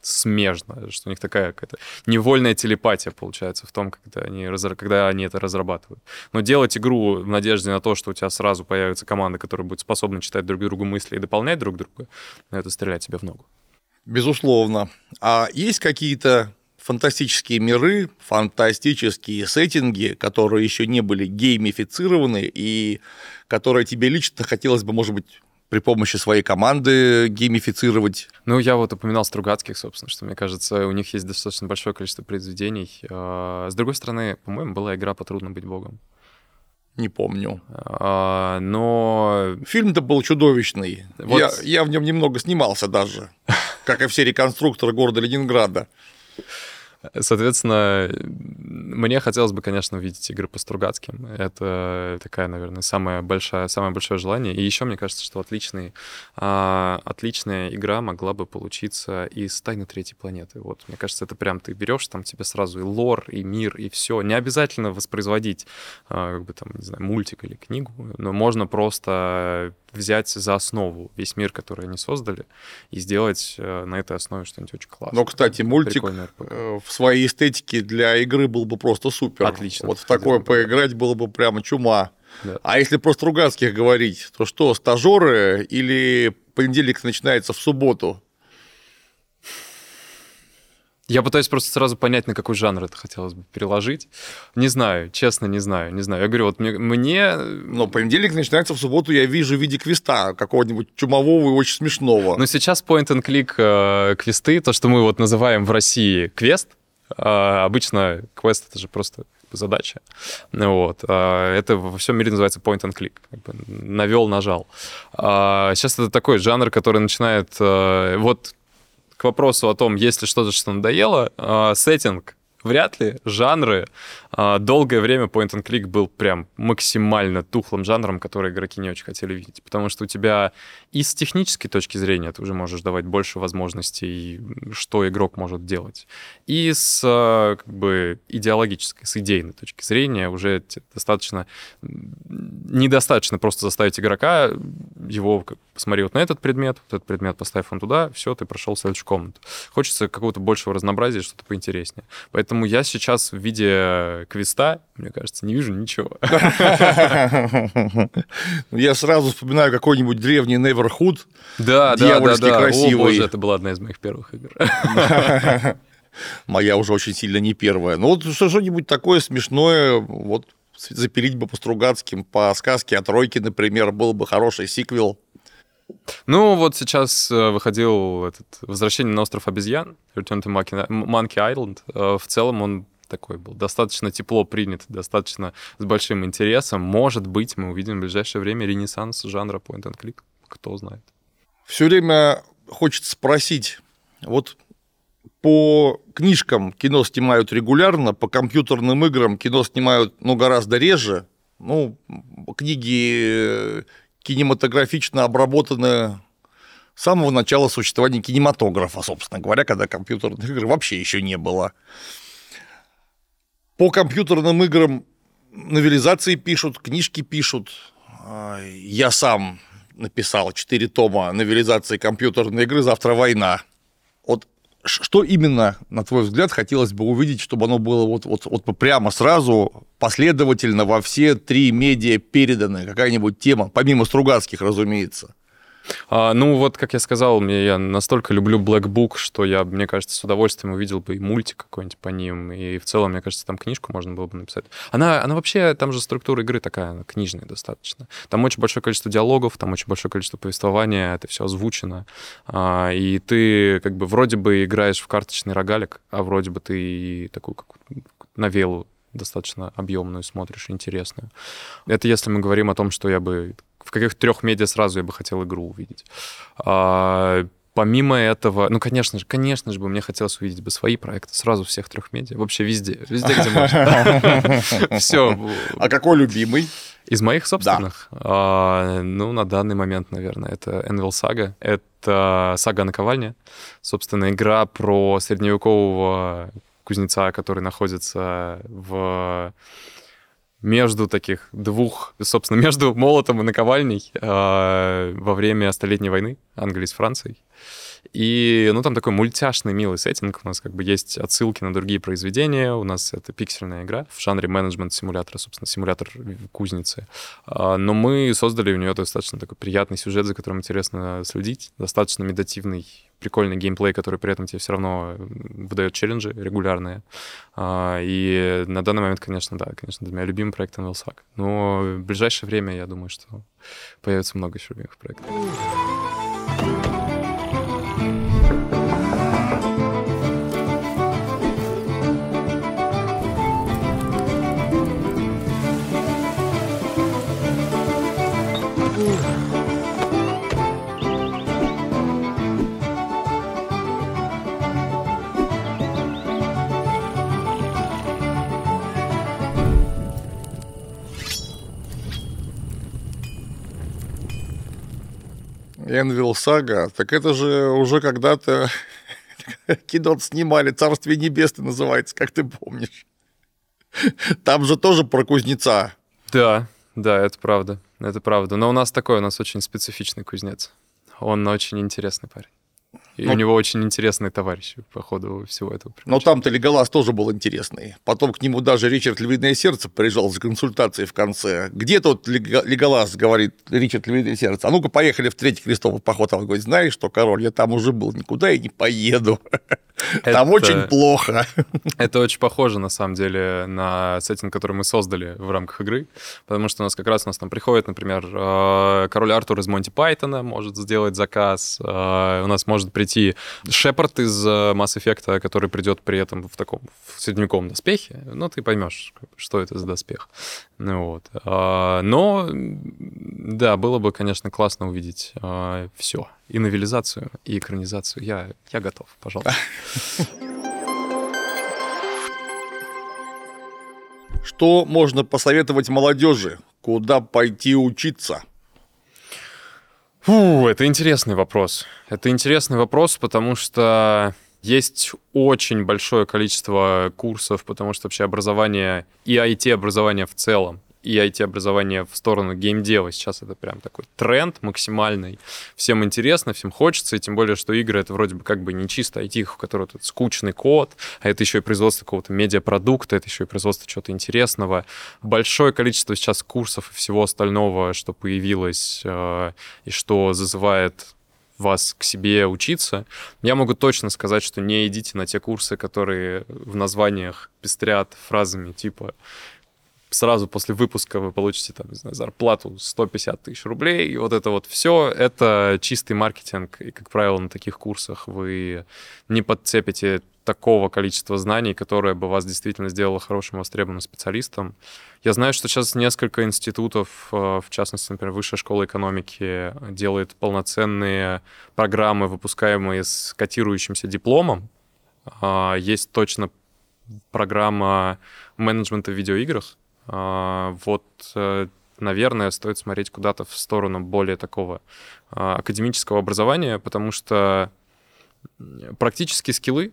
смежно, что у них такая какая-то невольная телепатия получается в том, когда они, разра... когда они это разрабатывают. Но делать игру в надежде на то, что у тебя сразу появится команда, которая будет способна читать друг другу мысли и дополнять друг друга, это стрелять себе в ногу. Безусловно. А есть какие-то фантастические миры, фантастические сеттинги, которые еще не были геймифицированы и которые тебе лично хотелось бы, может быть, при помощи своей команды геймифицировать? Ну, я вот упоминал Стругацких, собственно, что, мне кажется, у них есть достаточно большое количество произведений. С другой стороны, по-моему, была игра «Потрудно быть богом». Не помню. А, но... Фильм-то был чудовищный. Вот... Я, я в нем немного снимался даже, как и все реконструкторы города Ленинграда. Соответственно, мне хотелось бы, конечно, увидеть игры по Стругацким. Это такая, наверное, самое большое, самое большое желание. И еще мне кажется, что отличный, а, отличная игра могла бы получиться из «Тайны третьей планеты». Вот, мне кажется, это прям ты берешь, там тебе сразу и лор, и мир, и все. Не обязательно воспроизводить, а, как бы там, не знаю, мультик или книгу, но можно просто взять за основу весь мир, который они создали, и сделать на этой основе что-нибудь очень классное. Но, кстати, мультик в своей эстетике для игры был бы просто супер. Отлично. Вот в такое поиграть было бы прямо чума. Да. А если про Стругацких говорить, то что, стажеры или понедельник начинается в субботу? Я пытаюсь просто сразу понять, на какой жанр это хотелось бы переложить. Не знаю, честно, не знаю, не знаю. Я говорю, вот мне... мне... Но понедельник начинается в субботу, я вижу в виде квеста какого-нибудь чумового и очень смешного. Но сейчас point-and-click э, квесты, то, что мы вот называем в России квест, э, обычно квест — это же просто задача. Вот. Э, это во всем мире называется point-and-click. Как бы навел, нажал. Э, сейчас это такой жанр, который начинает... Э, вот к вопросу о том, есть ли что-то, что надоело, э, сеттинг вряд ли, жанры. Э, долгое время point-and-click был прям максимально тухлым жанром, который игроки не очень хотели видеть, потому что у тебя и с технической точки зрения ты уже можешь давать больше возможностей, что игрок может делать, и с э, как бы идеологической, с идейной точки зрения уже достаточно, недостаточно просто заставить игрока, его посмотри вот на этот предмет, вот этот предмет поставь он туда, все, ты прошел в следующую комнату. Хочется какого-то большего разнообразия, что-то поинтереснее. Поэтому я сейчас в виде квеста, мне кажется, не вижу ничего. Я сразу вспоминаю какой-нибудь древний Neverhood. Да, да, да, да. Красивый. О, боже, это была одна из моих первых игр. Моя уже очень сильно не первая. Ну вот что-нибудь такое смешное, вот запилить бы по Стругацким, по сказке о Тройке, например, был бы хороший сиквел. Ну, вот сейчас выходил этот «Возвращение на остров обезьян», Return to Monkey Island. В целом он такой был достаточно тепло принят, достаточно с большим интересом. Может быть, мы увидим в ближайшее время ренессанс жанра point-and-click. Кто знает. Все время хочется спросить, вот по книжкам кино снимают регулярно, по компьютерным играм кино снимают, ну, гораздо реже. Ну, книги кинематографично обработаны с самого начала существования кинематографа, собственно говоря, когда компьютерных игр вообще еще не было. По компьютерным играм новелизации пишут, книжки пишут. Я сам написал четыре тома новелизации компьютерной игры «Завтра война». Вот что именно, на твой взгляд, хотелось бы увидеть, чтобы оно было вот, вот, вот прямо сразу, последовательно во все три медиа передано, какая-нибудь тема, помимо Стругацких, разумеется? А, ну, вот, как я сказал, мне, я настолько люблю Black Book, что я, мне кажется, с удовольствием увидел бы и мультик какой-нибудь по ним, и в целом, мне кажется, там книжку можно было бы написать. Она, она вообще, там же структура игры такая, она книжная достаточно. Там очень большое количество диалогов, там очень большое количество повествования, это все озвучено, а, и ты как бы вроде бы играешь в карточный рогалик, а вроде бы ты такую как новеллу достаточно объемную смотришь, интересную. Это если мы говорим о том, что я бы... В каких трех медиа сразу я бы хотел игру увидеть. А, помимо этого, ну, конечно же, конечно же, бы мне хотелось увидеть бы свои проекты сразу всех трех медиа. Вообще везде, везде, где можно. Все. А какой любимый? Из моих собственных? Ну, на данный момент, наверное, это Anvil Saga. Это сага о наковальне. Собственно, игра про средневекового кузнеца, который находится в... между таких двух, собственно, между молотом и наковальней э, во время Столетней войны Англии с Францией. И, ну, там такой мультяшный, милый сеттинг. У нас как бы есть отсылки на другие произведения. У нас это пиксельная игра в жанре менеджмент-симулятора, собственно, симулятор кузницы. Но мы создали у нее достаточно такой приятный сюжет, за которым интересно следить. Достаточно медитативный, прикольный геймплей, который при этом тебе все равно выдает челленджи регулярные. И на данный момент, конечно, да, конечно, для меня любимый проект Anvil Saga. Но в ближайшее время, я думаю, что появится много еще любимых проектов. Anvil Saga, так это же уже когда-то кино снимали, «Царствие небесное» называется, как ты помнишь. Там же тоже про кузнеца. Да, да, это правда, это правда. Но у нас такой, у нас очень специфичный кузнец. Он очень интересный парень. И ну, у него очень интересные товарищи по ходу всего этого. Но там-то Леголас тоже был интересный. Потом к нему даже Ричард Львиное Сердце приезжал за консультацией в конце. Где тут Леголас, говорит Ричард Львиное Сердце? А ну-ка, поехали в Третий крестовый поход. Он говорит, знаешь что, король, я там уже был, никуда я не поеду. Это... Там очень плохо. Это очень похоже, на самом деле, на сеттинг, который мы создали в рамках игры, потому что у нас как раз у нас там приходит, например, король Артур из Монти Пайтона может сделать заказ, у нас может прийти Шепард из Mass Effect, который придет при этом в таком в средневековом доспехе, ну, ты поймешь, что это за доспех. Ну, вот. Но, да, было бы, конечно, классно увидеть все. И новелизацию, и экранизацию. Я, я готов, пожалуйста. Что можно посоветовать молодежи? Куда пойти учиться? Фу, это интересный вопрос. Это интересный вопрос, потому что есть очень большое количество курсов, потому что вообще образование и ай ти-образование в целом, и ай ти-образование в сторону геймдева сейчас это прям такой тренд максимальный. Всем интересно, всем хочется, и тем более, что игры — это вроде бы как бы не чисто ай ти, в которой тут скучный код, а это еще и производство какого-то медиапродукта, это еще и производство чего-то интересного. Большое количество сейчас курсов и всего остального, что появилось э, и что зазывает вас к себе учиться. Я могу точно сказать, что не идите на те курсы, которые в названиях пестрят фразами типа сразу после выпуска вы получите там, не знаю, зарплату сто пятьдесят тысяч рублей, и вот это вот все, это чистый маркетинг, и, как правило, на таких курсах вы не подцепите такого количества знаний, которое бы вас действительно сделало хорошим востребованным специалистом. Я знаю, что сейчас несколько институтов, в частности, например, Высшая школа экономики, делает полноценные программы, выпускаемые с котирующимся дипломом. Есть точно программа менеджмента в видеоиграх. Вот, наверное, стоит смотреть куда-то в сторону более такого академического образования, потому что практические скиллы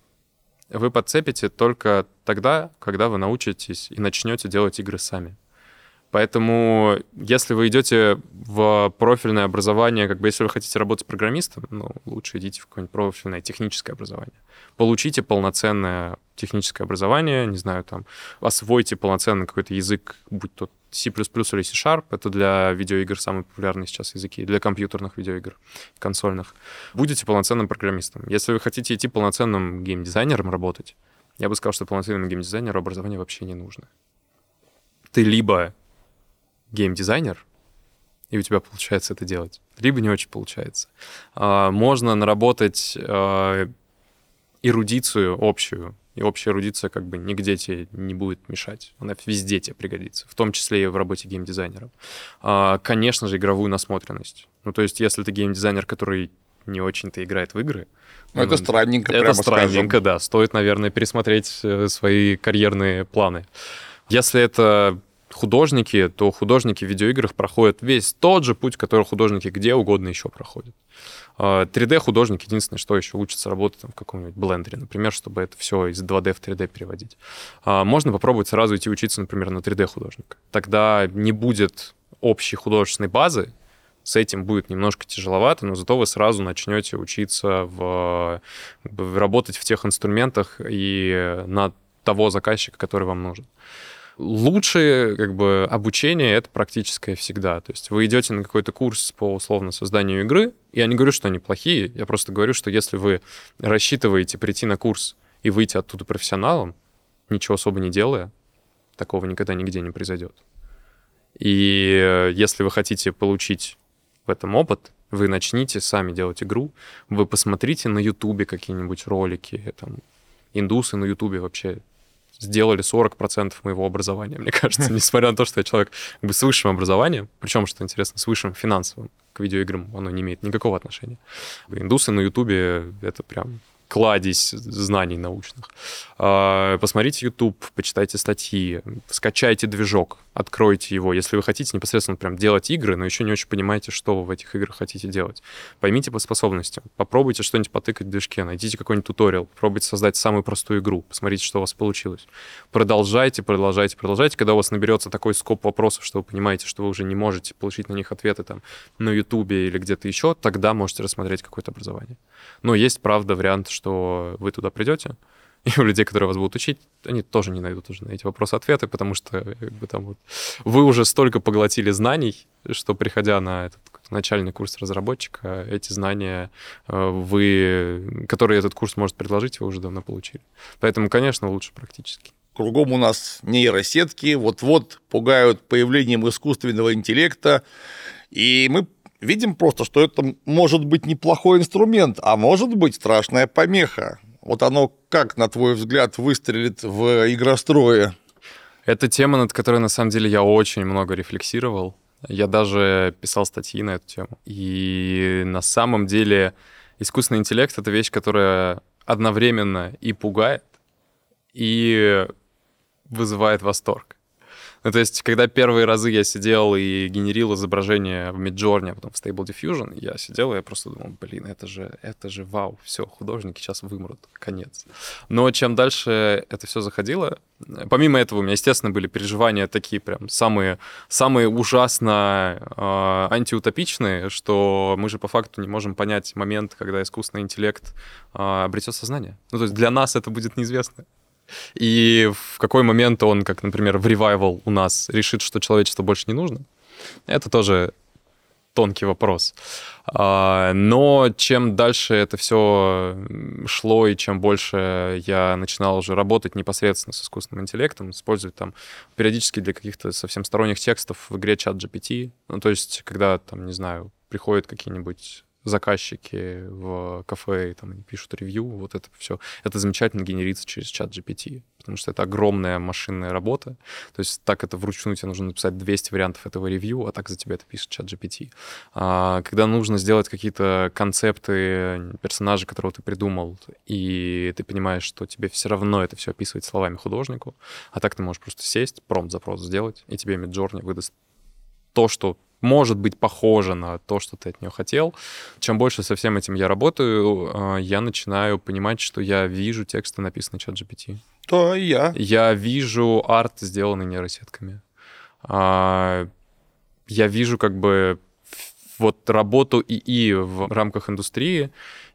вы подцепите только тогда, когда вы научитесь и начнете делать игры сами. Поэтому, если вы идете в профильное образование, как бы если вы хотите работать программистом, ну, лучше идите в какое-нибудь профильное техническое образование. Получите полноценное техническое образование, не знаю, там, освойте полноценный какой-то язык, будь то C++ или C-Sharp, это для видеоигр самые популярные сейчас языки, для компьютерных видеоигр, консольных. Будете полноценным программистом. Если вы хотите идти полноценным геймдизайнером работать, я бы сказал, что полноценному геймдизайнеру образование вообще не нужно. Ты либо геймдизайнер, и у тебя получается это делать, либо не очень получается. Можно наработать эрудицию общую, и общая эрудиция как бы нигде тебе не будет мешать. Она везде тебе пригодится, в том числе и в работе геймдизайнером. Конечно же, игровую насмотренность. Ну, то есть, если ты геймдизайнер, который не очень-то играет в игры... Ну, это странненько, это прямо странненько, скажем. Да. Стоит, наверное, пересмотреть свои карьерные планы. Если это художники, то художники в видеоиграх проходят весь тот же путь, который художники где угодно еще проходят. три дэ-художник единственное, что еще учится работать там, в каком-нибудь блендере, например, чтобы это все из два дэ в три дэ переводить. Можно попробовать сразу идти учиться, например, на три дэ-художника. Тогда не будет общей художественной базы, С этим будет немножко тяжеловато, но зато вы сразу начнете учиться в, в, работать в тех инструментах и на того заказчика, который вам нужен. Лучшее как бы, обучение — это практическое всегда. То есть вы идете на какой-то курс по условно созданию игры, я не говорю, что они плохие, я просто говорю, что если вы рассчитываете прийти на курс и выйти оттуда профессионалом, ничего особо не делая, такого никогда нигде не произойдет. И если вы хотите получить в этом опыт, вы начните сами делать игру, вы посмотрите на Ютубе какие-нибудь ролики, там, индусы на Ютубе вообще сделали сорок процентов моего образования, мне кажется, несмотря на то, что я человек как бы, с высшим образованием, причем, что интересно, с высшим финансовым, к видеоиграм оно не имеет никакого отношения. Индусы на Ютубе — это прям кладезь знаний научных. Посмотрите YouTube, почитайте статьи, скачайте движок, откройте его. Если вы хотите непосредственно прям делать игры, но еще не очень понимаете, что вы в этих играх хотите делать, поймите по способностям, попробуйте что-нибудь потыкать в движке, найдите какой-нибудь туториал, попробуйте создать самую простую игру, посмотрите, что у вас получилось. Продолжайте, продолжайте, продолжайте. Когда у вас наберется такой скоп вопросов, что вы понимаете, что вы уже не можете получить на них ответы там на YouTube или где-то еще, тогда можете рассмотреть какое-то образование. Но есть, правда, вариант, что вы туда придете, и у людей, которые вас будут учить, они тоже не найдут уже на эти вопросы ответы, потому что как бы, там, вот, вы уже столько поглотили знаний, что, приходя на этот начальный курс разработчика, эти знания, вы, которые этот курс может предложить, вы уже давно получили. Поэтому, конечно, лучше практически. Кругом у нас нейросетки, вот-вот пугают появлением искусственного интеллекта, и мы видим просто, что это может быть неплохой инструмент, а может быть страшная помеха. Вот оно как, на твой взгляд, выстрелит в игрострое? Это тема, над которой, на самом деле, я очень много рефлексировал. Я даже писал статьи на эту тему. И на самом деле искусственный интеллект — это вещь, которая одновременно и пугает, и вызывает восторг. Ну, то есть, когда первые разы я сидел и генерил изображение в Midjourney, а потом в Stable Diffusion, я сидел, и я просто думал, блин, это же, это же вау, все, художники сейчас вымрут, конец. Но чем дальше это все заходило, помимо этого у меня, естественно, были переживания такие прям самые, самые ужасно э, антиутопичные, что мы же по факту не можем понять момент, когда искусственный интеллект э, обретет сознание. Ну, то есть для нас это будет неизвестно. И в какой момент он, как, например, в Revival у нас решит, что человечество больше не нужно, это тоже тонкий вопрос. Но чем дальше это все шло, и чем больше я начинал уже работать непосредственно с искусственным интеллектом, использовать там периодически для каких-то совсем сторонних текстов в игре ChatGPT, ну, то есть когда, там, не знаю, приходят какие-нибудь заказчики в кафе, и там они пишут ревью, вот это все, это замечательно генерится через чат джи пи ти, потому что это огромная машинная работа, то есть так это вручную тебе нужно написать двести вариантов этого ревью, а так за тебя это пишет чат джи пи ти. А когда нужно сделать какие-то концепты персонажа, которого ты придумал, и ты понимаешь, что тебе все равно это все описывать словами художнику, а так ты можешь просто сесть, промпт-запрос сделать, и тебе Midjourney выдаст то, что может быть похоже на то, что ты от нее хотел. Чем больше со всем этим я работаю, я начинаю понимать, что я вижу тексты, написанные чат джи пи ти. То и я. Я вижу арт, сделанный нейросетками. Я вижу как бы вот работу ИИ в рамках индустрии,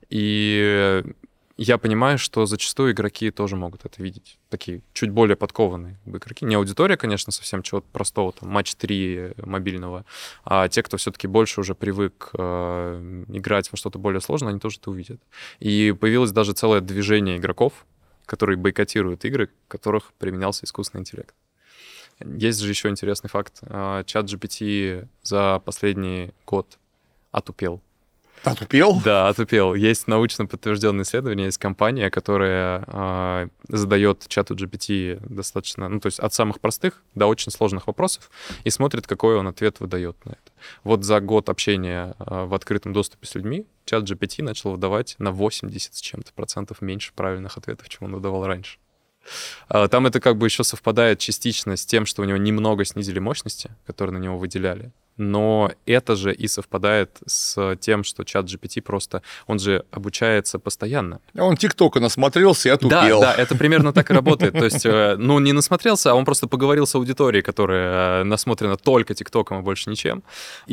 и я понимаю, что зачастую игроки тоже могут это видеть. Такие чуть более подкованные игроки. Не аудитория, конечно, совсем чего-то простого, там, матч три мобильного, а те, кто все-таки больше уже привык э, играть во что-то более сложное, они тоже это увидят. И появилось даже целое движение игроков, которые бойкотируют игры, в которых применялся искусственный интеллект. Есть же еще интересный факт. чат джи пи ти за последний год отупел. Отупел? Да, отупел. Есть научно подтвержденное исследование, есть компания, которая э, задает чату джи пи ти достаточно, ну, то есть от самых простых до очень сложных вопросов и смотрит, какой он ответ выдает на это. Вот за год общения э, в открытом доступе с людьми чат джи пи ти начал выдавать на восемьдесят с чем-то процентов меньше правильных ответов, чем он выдавал раньше. Там это как бы еще совпадает частично с тем, что у него немного снизили мощности, которые на него выделяли. Но это же и совпадает с тем, что чат джи пи ти просто, он же обучается постоянно. Он ТикТока насмотрелся и отупел. Да, да, это примерно так и работает. То есть, ну, не насмотрелся, а он просто поговорил с аудиторией, которая насмотрена только ТикТоком и больше ничем.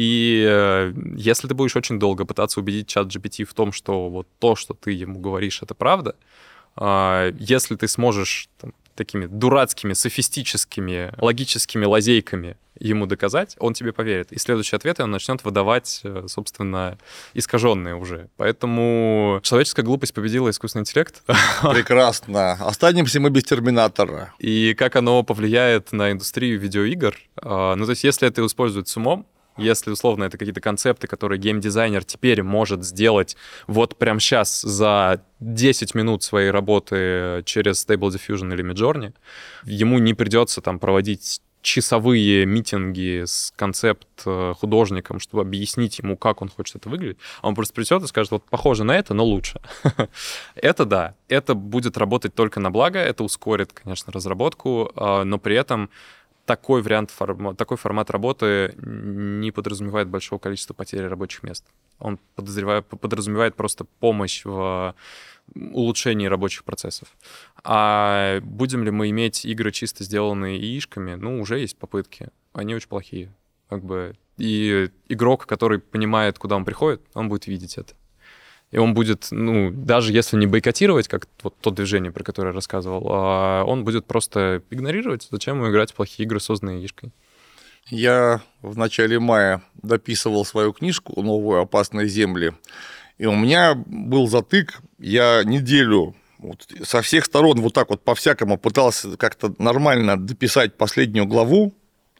И если ты будешь очень долго пытаться убедить чат джи пи ти в том, что вот то, что ты ему говоришь, это правда, если ты сможешь там, такими дурацкими, софистическими, логическими лазейками ему доказать, он тебе поверит. И следующие ответы он начнет выдавать, собственно, искаженные уже. Поэтому человеческая глупость победила искусственный интеллект. Прекрасно. Останемся мы без Терминатора. И как оно повлияет на индустрию видеоигр? Ну, то есть, если это используют с умом, если, условно, это какие-то концепты, которые геймдизайнер теперь может сделать вот прямо сейчас за десять минут своей работы через Stable Diffusion или Midjourney, ему не придется там проводить часовые митинги с концепт-художником, чтобы объяснить ему, как он хочет это выглядеть. Он просто придет и скажет, вот похоже на это, но лучше. Это да, это будет работать только на благо, это ускорит, конечно, разработку, но при этом такой вариант, такой формат работы не подразумевает большого количества потерь рабочих мест. Он подразумевает просто помощь в улучшении рабочих процессов. А будем ли мы иметь игры, чисто сделанные яишками? Ну, уже есть попытки. Они очень плохие. Как бы. И игрок, который понимает, куда он приходит, он будет видеть это. И он будет, ну, даже если не бойкотировать, как вот то движение, про которое я рассказывал, он будет просто игнорировать, зачем ему играть в плохие игры, созданные яишкой. Я в начале мая дописывал свою книжку «Новые опасные земли», и у меня был затык, я неделю вот, со всех сторон вот так вот по-всякому пытался как-то нормально дописать последнюю главу.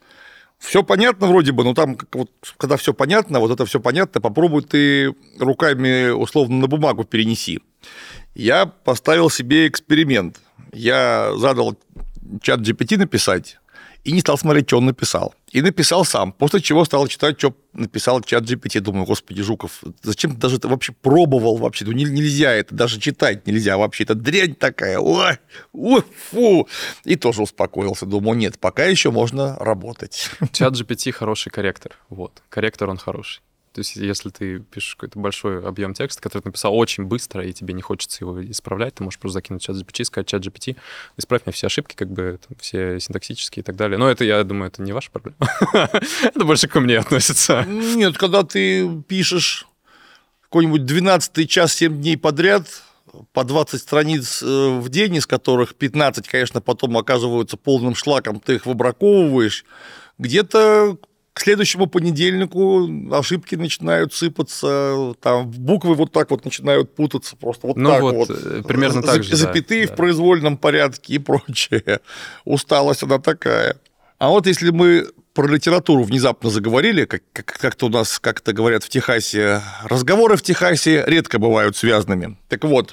Все понятно вроде бы, но там, вот, когда все понятно, вот это все понятно, попробуй ты руками условно на бумагу перенеси. Я поставил себе эксперимент. Я задал чат джи пи ти написать и не стал смотреть, что он написал. И написал сам, после чего стал читать, что написал чат джи пи ти. Думаю, господи, Жуков, зачем ты даже это вообще пробовал вообще? Ну, нельзя это, даже читать нельзя вообще. Это дрянь такая. Ой, ой, фу. И тоже успокоился. Думаю, нет, пока еще можно работать. чат джи пи ти хороший корректор. Вот. Корректор, он хороший. То есть, если ты пишешь какой-то большой объем текста, который ты написал очень быстро, и тебе не хочется его исправлять, ты можешь просто закинуть чат джи пи ти и сказать: чат джи пи ти, исправь мне все ошибки, как бы там, все синтаксические и так далее. Но это, я думаю, это не ваша проблема. Это больше ко мне относится. Нет, когда ты пишешь какой-нибудь двенадцатый час семь дней подряд, по двадцать страниц в день, из которых пятнадцать, конечно, потом оказываются полным шлаком, ты их выбраковываешь, где-то к следующему понедельнику ошибки начинают сыпаться, там буквы вот так вот начинают путаться, просто вот ну так вот. вот. Примерно так же, запятые да, в да. произвольном порядке и прочее. Усталость она такая. А вот если мы про литературу внезапно заговорили, как, как, как-то у нас, как-то говорят в Техасе, разговоры в Техасе редко бывают связанными. Так вот,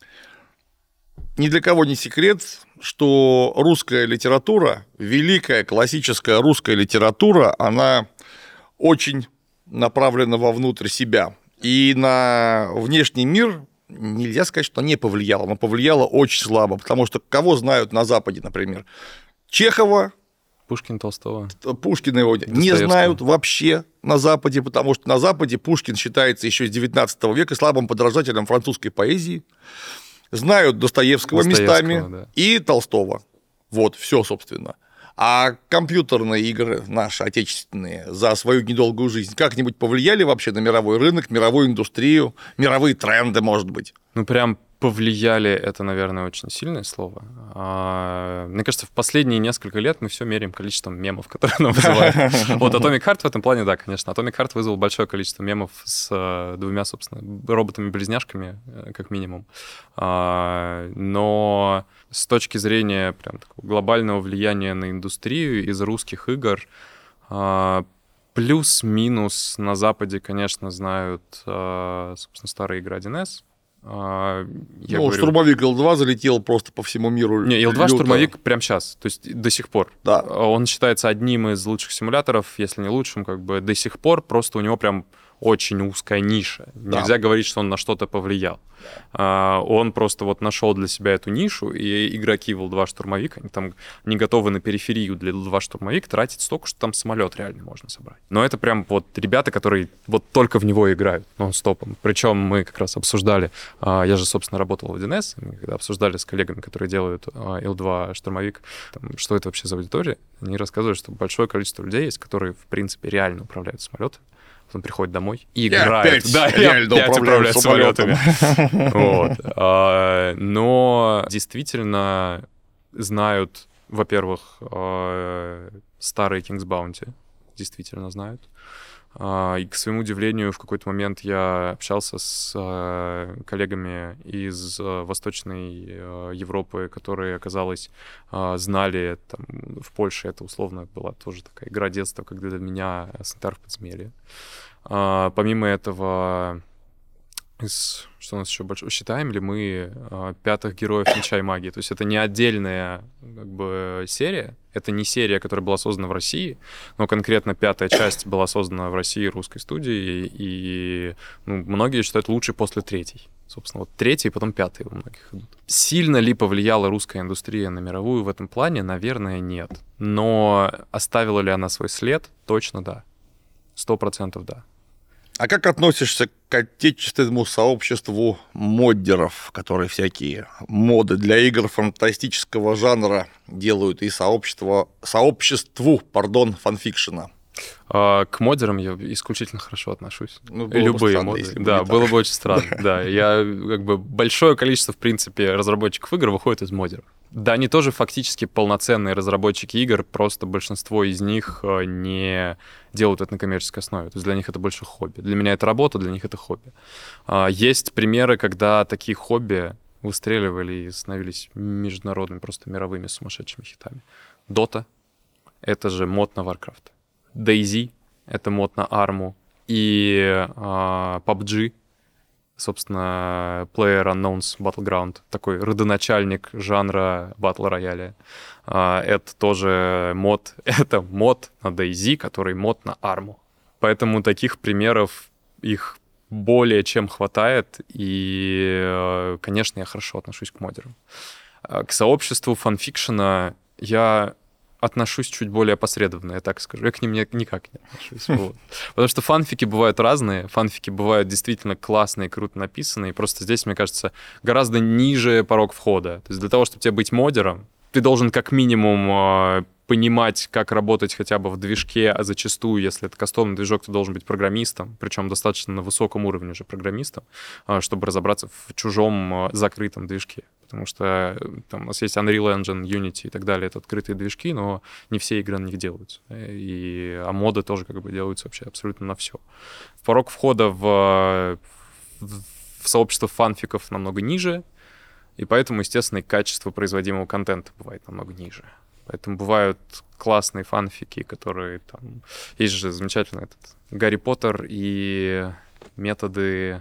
ни для кого не секрет, что русская литература, великая классическая русская литература, она очень направлена вовнутрь себя. И на внешний мир нельзя сказать, что не повлияла, но повлияла очень слабо, потому что кого знают на Западе, например? Чехова, Пушкин, Толстого. Пушкина его не знают вообще на Западе, потому что на Западе Пушкин считается еще с девятнадцатого века слабым подражателем французской поэзии. Знают Достоевского, Достоевского местами, да. И Толстого. Вот, все, собственно. А компьютерные игры наши, отечественные, за свою недолгую жизнь как-нибудь повлияли вообще на мировой рынок, мировую индустрию, мировые тренды, может быть? Ну, прям повлияли, это, наверное, очень сильное слово. А, мне кажется, в последние несколько лет мы все меряем количеством мемов, которые нам вызывают. Вот Atomic Heart в этом плане, да, конечно. Atomic Heart вызвал большое количество мемов с двумя, собственно, роботами-близняшками, как минимум. А, но с точки зрения прям такого глобального влияния на индустрию из русских игр, а, плюс-минус на Западе, конечно, знают, а, собственно, старые игры один эс. Я ну, говорю... штурмовик эл два залетел просто по всему миру. Не, эл два штурмовик прямо сейчас, то есть до сих пор. Да. Он считается одним из лучших симуляторов, если не лучшим, как бы до сих пор. Просто у него прям очень узкая ниша. Да. Нельзя говорить, что он на что-то повлиял. А, он просто вот нашел для себя эту нишу, и игроки в эл два Штурмовик, они там не готовы на периферию для эл два Штурмовик тратить столько, что там самолет реально можно собрать. Но это прям вот ребята, которые вот только в него играют нон-стопом. Причем мы как раз обсуждали, а, я же, собственно, работал в один эс, мы когда обсуждали с коллегами, которые делают а, эл два Штурмовик, там, что это вообще за аудитория, они рассказывали, что большое количество людей есть, которые, в принципе, реально управляют самолетами. Потом приходит домой и Я играет. опять Да, реально я опять управляю управляю самолетом. самолетами. Вот. А, но действительно знают, во-первых, а, старые King's Bounty, действительно знают. А, и, к своему удивлению, в какой-то момент я общался с а, коллегами из а, Восточной а, Европы, которые, оказалось, а, знали, там, в Польше это условно была тоже такая игра детства, когда для меня «Санитар в подземелье». А, помимо этого, из, что у нас еще больше, считаем ли мы а, «Пятых героев меча и магии»? То есть это не отдельная как бы серия, это не серия, которая была создана в России, но конкретно пятая часть была создана в России русской студией, и ну, многие считают лучше после третьей. Собственно, вот третий, потом пятый у многих идут. Сильно ли повлияла русская индустрия на мировую в этом плане? Наверное, нет. Но оставила ли она свой след? Точно да. Сто процентов да. А как относишься к отечественному сообществу моддеров, которые всякие моды для игр фантастического жанра делают, и сообщество, сообществу, пардон, фанфикшена? А, к модерам я исключительно хорошо отношусь. Ну, было бы Любые странно, моды. если бы Да, не было так. бы очень странно. Да, я как бы большое количество, в принципе, разработчиков игр выходит из модеров. Да, они тоже фактически полноценные разработчики игр, просто большинство из них э, не делают это на коммерческой основе. То есть для них это больше хобби. Для меня это работа, для них это хобби. А, есть примеры, когда такие хобби выстреливали и становились международными, просто мировыми сумасшедшими хитами. Dota — это же мод на Warcraft. DayZ — это мод на Арму. И а, пабг, собственно, PlayerUnknown's Battleground, такой родоначальник жанра батл-рояля. А, это тоже мод, это мод на DayZ, который мод на Арму. Поэтому таких примеров их более чем хватает, и, конечно, я хорошо отношусь к модерам. К сообществу фанфикшена я отношусь чуть более опосредованно, я так скажу. Я к ним никак не отношусь. Вот. Потому что фанфики бывают разные, фанфики бывают действительно классные, круто написанные, просто здесь, мне кажется, гораздо ниже порог входа. То есть для того, чтобы тебе быть модером, ты должен как минимум понимать, как работать хотя бы в движке, а зачастую, если это кастомный движок, ты должен быть программистом, причем достаточно на высоком уровне уже программистом, чтобы разобраться в чужом закрытом движке. Потому что там, у нас есть Unreal Engine, Unity и так далее, это открытые движки, но не все игры на них делаются. И, а моды тоже как бы делаются вообще абсолютно на все. Порог входа в, в, в сообщество фанфиков намного ниже, и поэтому, естественно, и качество производимого контента бывает намного ниже. Поэтому бывают классные фанфики, которые там... Есть же замечательный этот Гарри Поттер и методы...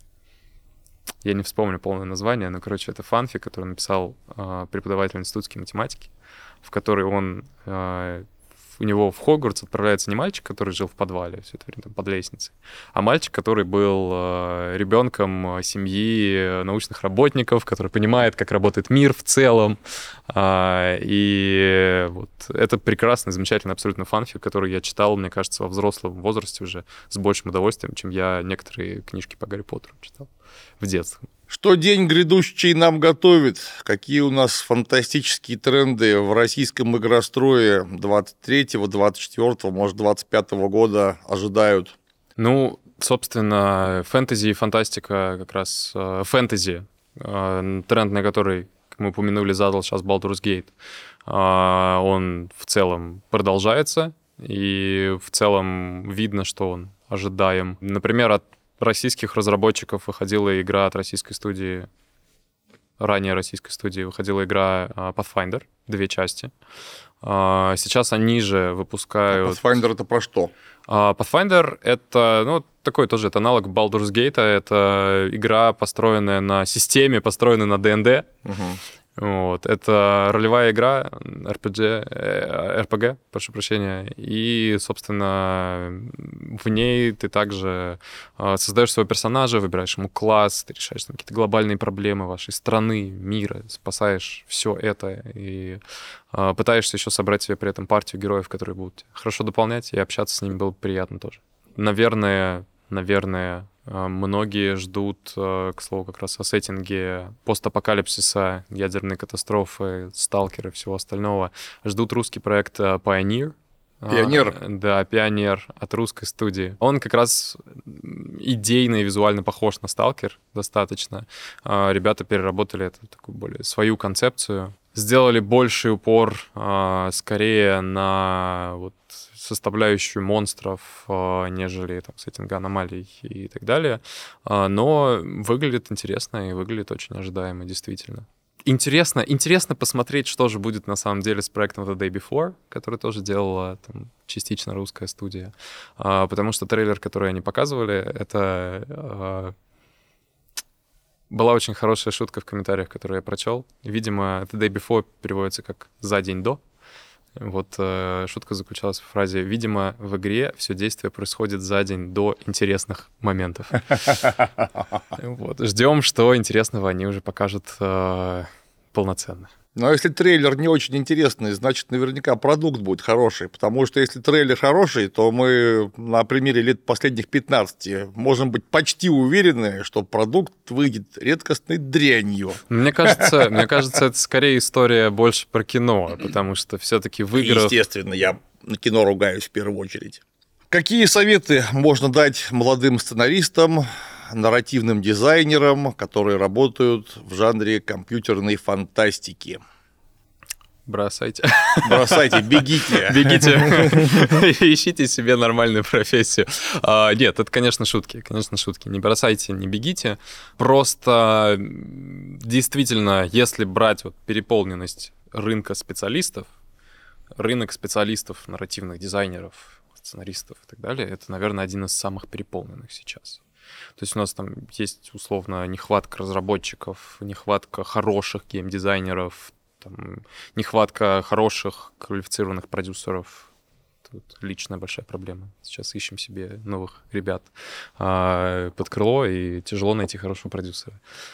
Я не вспомню полное название, но, короче, это фанфик, который написал э, преподаватель институтской математики, в который он... Э, у него в Хогвартс отправляется не мальчик, который жил в подвале все это время там, под лестницей, а мальчик, который был э, ребенком семьи научных работников, который понимает, как работает мир в целом. Э, и вот это прекрасный, замечательный абсолютно фанфик, который я читал, мне кажется, во взрослом возрасте уже с большим удовольствием, чем я некоторые книжки по Гарри Поттеру читал в детстве. Что день грядущий нам готовит? Какие у нас фантастические тренды в российском игрострое двадцать третьего, двадцать четвёртого, может, двадцать пятого года ожидают? Ну, собственно, фэнтези и фантастика как раз... Э, фэнтези, э, тренд, на который, как мы упомянули, задал сейчас Baldur's Gate, э, он в целом продолжается, и в целом видно, что он ожидаем. Например, от российских разработчиков выходила игра от российской студии, ранее российской студии выходила игра Pathfinder, две части. Сейчас они же выпускают... А Pathfinder — это про что? Pathfinder — это, ну, такой тоже, это аналог Baldur's Gate, это игра, построенная на системе, построенная на ди энд ди. Угу. Вот. Это ролевая игра, эр пи джи, эр пи джи, прошу прощения, и, собственно, в ней ты также создаешь своего персонажа, выбираешь ему класс, ты решаешь там какие-то глобальные проблемы вашей страны, мира, спасаешь все это и пытаешься еще собрать себе при этом партию героев, которые будут хорошо дополнять, и общаться с ними было приятно тоже. Наверное, наверное, многие ждут, к слову, как раз о сеттинге постапокалипсиса, ядерной катастрофы, сталкеры и всего остального. Ждут русский проект Pioneer. Пионер. А, да, Пионер от русской студии. Он как раз идейно и визуально похож на Сталкер достаточно. А, ребята переработали это такую более свою концепцию. Сделали больший упор а, скорее на вот составляющую монстров, нежели там, сеттинга аномалий и так далее. Но выглядит интересно и выглядит очень ожидаемо, действительно. Интересно, интересно посмотреть, что же будет на самом деле с проектом The Day Before, который тоже делала там, частично русская студия. Потому что трейлер, который они показывали, это... Была очень хорошая шутка в комментариях, которую я прочел. Видимо, The Day Before переводится как «за день до». Вот э, шутка заключалась в фразе «Видимо, в игре все действие происходит за день до интересных моментов». Вот. Ждем, что интересного они уже покажут э, полноценно. Но если трейлер не очень интересный, значит, наверняка продукт будет хороший, потому что если трейлер хороший, то мы на примере лет последних пятнадцати можем быть почти уверены, что продукт выйдет редкостной дрянью. Мне кажется, мне кажется, это скорее история больше про кино, потому что все-таки в играх... Естественно, я на кино ругаюсь в первую очередь. Какие советы можно дать молодым сценаристам, нарративным дизайнерам, которые работают в жанре компьютерной фантастики? Бросайте. Бросайте, бегите. Бегите. Ищите себе нормальную профессию. А, нет, это, конечно, шутки. Конечно, шутки. Не бросайте, не бегите. Просто действительно, если брать вот переполненность рынка специалистов, рынок специалистов, нарративных дизайнеров, сценаристов и так далее, это, наверное, один из самых переполненных сейчас. То есть у нас там есть, условно, нехватка разработчиков, нехватка хороших геймдизайнеров, там, нехватка хороших квалифицированных продюсеров. Тут личная большая проблема. Сейчас ищем себе новых ребят а, под крыло, и тяжело найти хорошего продюсера.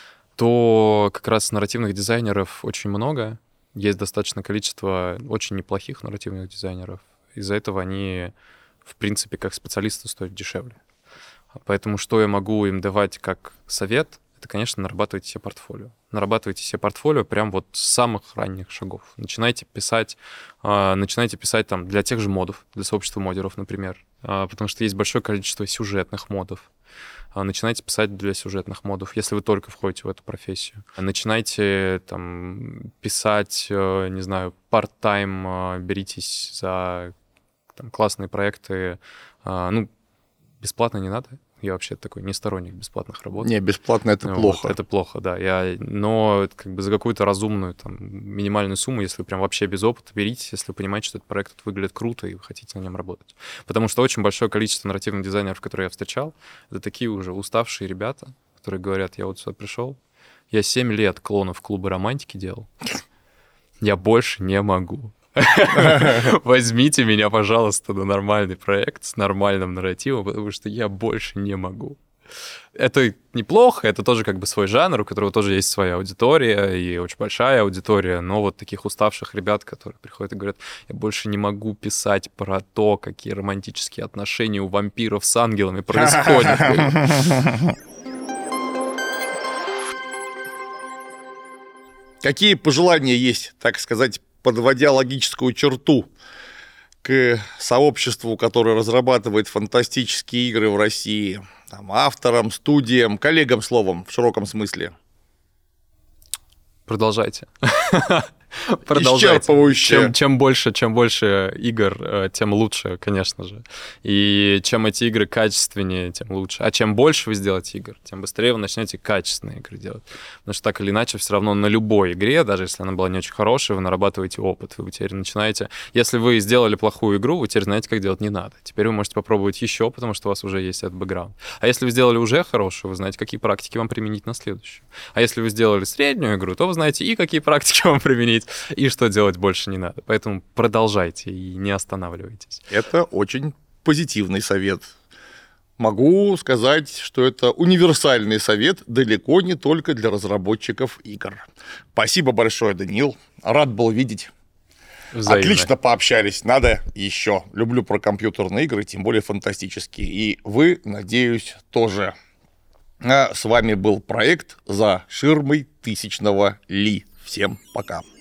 То как раз нарративных дизайнеров очень много. Есть достаточное количество очень неплохих нарративных дизайнеров. Из-за этого они, в принципе, как специалисты стоят дешевле. Поэтому что я могу им давать как совет, это, конечно, нарабатывайте себе портфолио. Нарабатывайте себе портфолио прям вот с самых ранних шагов. Начинайте писать, э, начинайте писать там для тех же модов, для сообщества модеров, например, э, потому что есть большое количество сюжетных модов. Э, начинайте писать для сюжетных модов, если вы только входите в эту профессию. Начинайте там писать, э, не знаю, part-time, э, беритесь за там, классные проекты. Э, ну, бесплатно не надо. Я вообще такой не сторонник бесплатных работ. Не, бесплатно это вот, плохо. Это плохо, да. Я, но как бы за какую-то разумную там, минимальную сумму, если вы прям вообще без опыта, берите, если вы понимаете, что этот проект выглядит круто и вы хотите на нем работать. Потому что очень большое количество нарративных дизайнеров, которые я встречал, это такие уже уставшие ребята, которые говорят, я вот сюда пришел, я семь лет клонов клуба романтики делал, я больше не могу. Возьмите меня, пожалуйста, на нормальный проект с нормальным нарративом, потому что я больше не могу. Это неплохо, это тоже как бы свой жанр, у которого тоже есть своя аудитория, и очень большая аудитория, но вот таких уставших ребят, которые приходят и говорят, я больше не могу писать про то, какие романтические отношения у вампиров с ангелами происходят. Какие пожелания есть, так сказать, подводя логическую черту к сообществу, которое разрабатывает фантастические игры в России, там, авторам, студиям, коллегам, словом, в широком смысле? Продолжайте. Продолжайте. исчерпывающее. Чем, чем больше, чем больше игр, тем лучше, конечно же. И чем эти игры качественнее, тем лучше. А чем больше вы сделаете игр, тем быстрее вы начнете качественные игры делать. Потому что так или иначе, все равно на любой игре, даже если она была не очень хорошая, вы нарабатываете опыт. Вы теперь начинаете... Если вы сделали плохую игру, вы теперь знаете, как делать не надо. Теперь вы можете попробовать еще, потому что у вас уже есть этот бэкграунд. А если вы сделали уже хорошую, вы знаете, какие практики вам применить на следующую. А если вы сделали среднюю игру, то вы знаете и какие практики вам применить, и что делать больше не надо. Поэтому продолжайте и не останавливайтесь. Это очень позитивный совет. Могу сказать, что это универсальный совет далеко не только для разработчиков игр. Спасибо большое, Даниил. Рад был видеть. Взаимно. Отлично пообщались. Надо еще. Люблю про компьютерные игры, тем более фантастические. И вы, надеюсь, тоже. А с вами был проект «За ширмой тысячного Ли». Всем пока.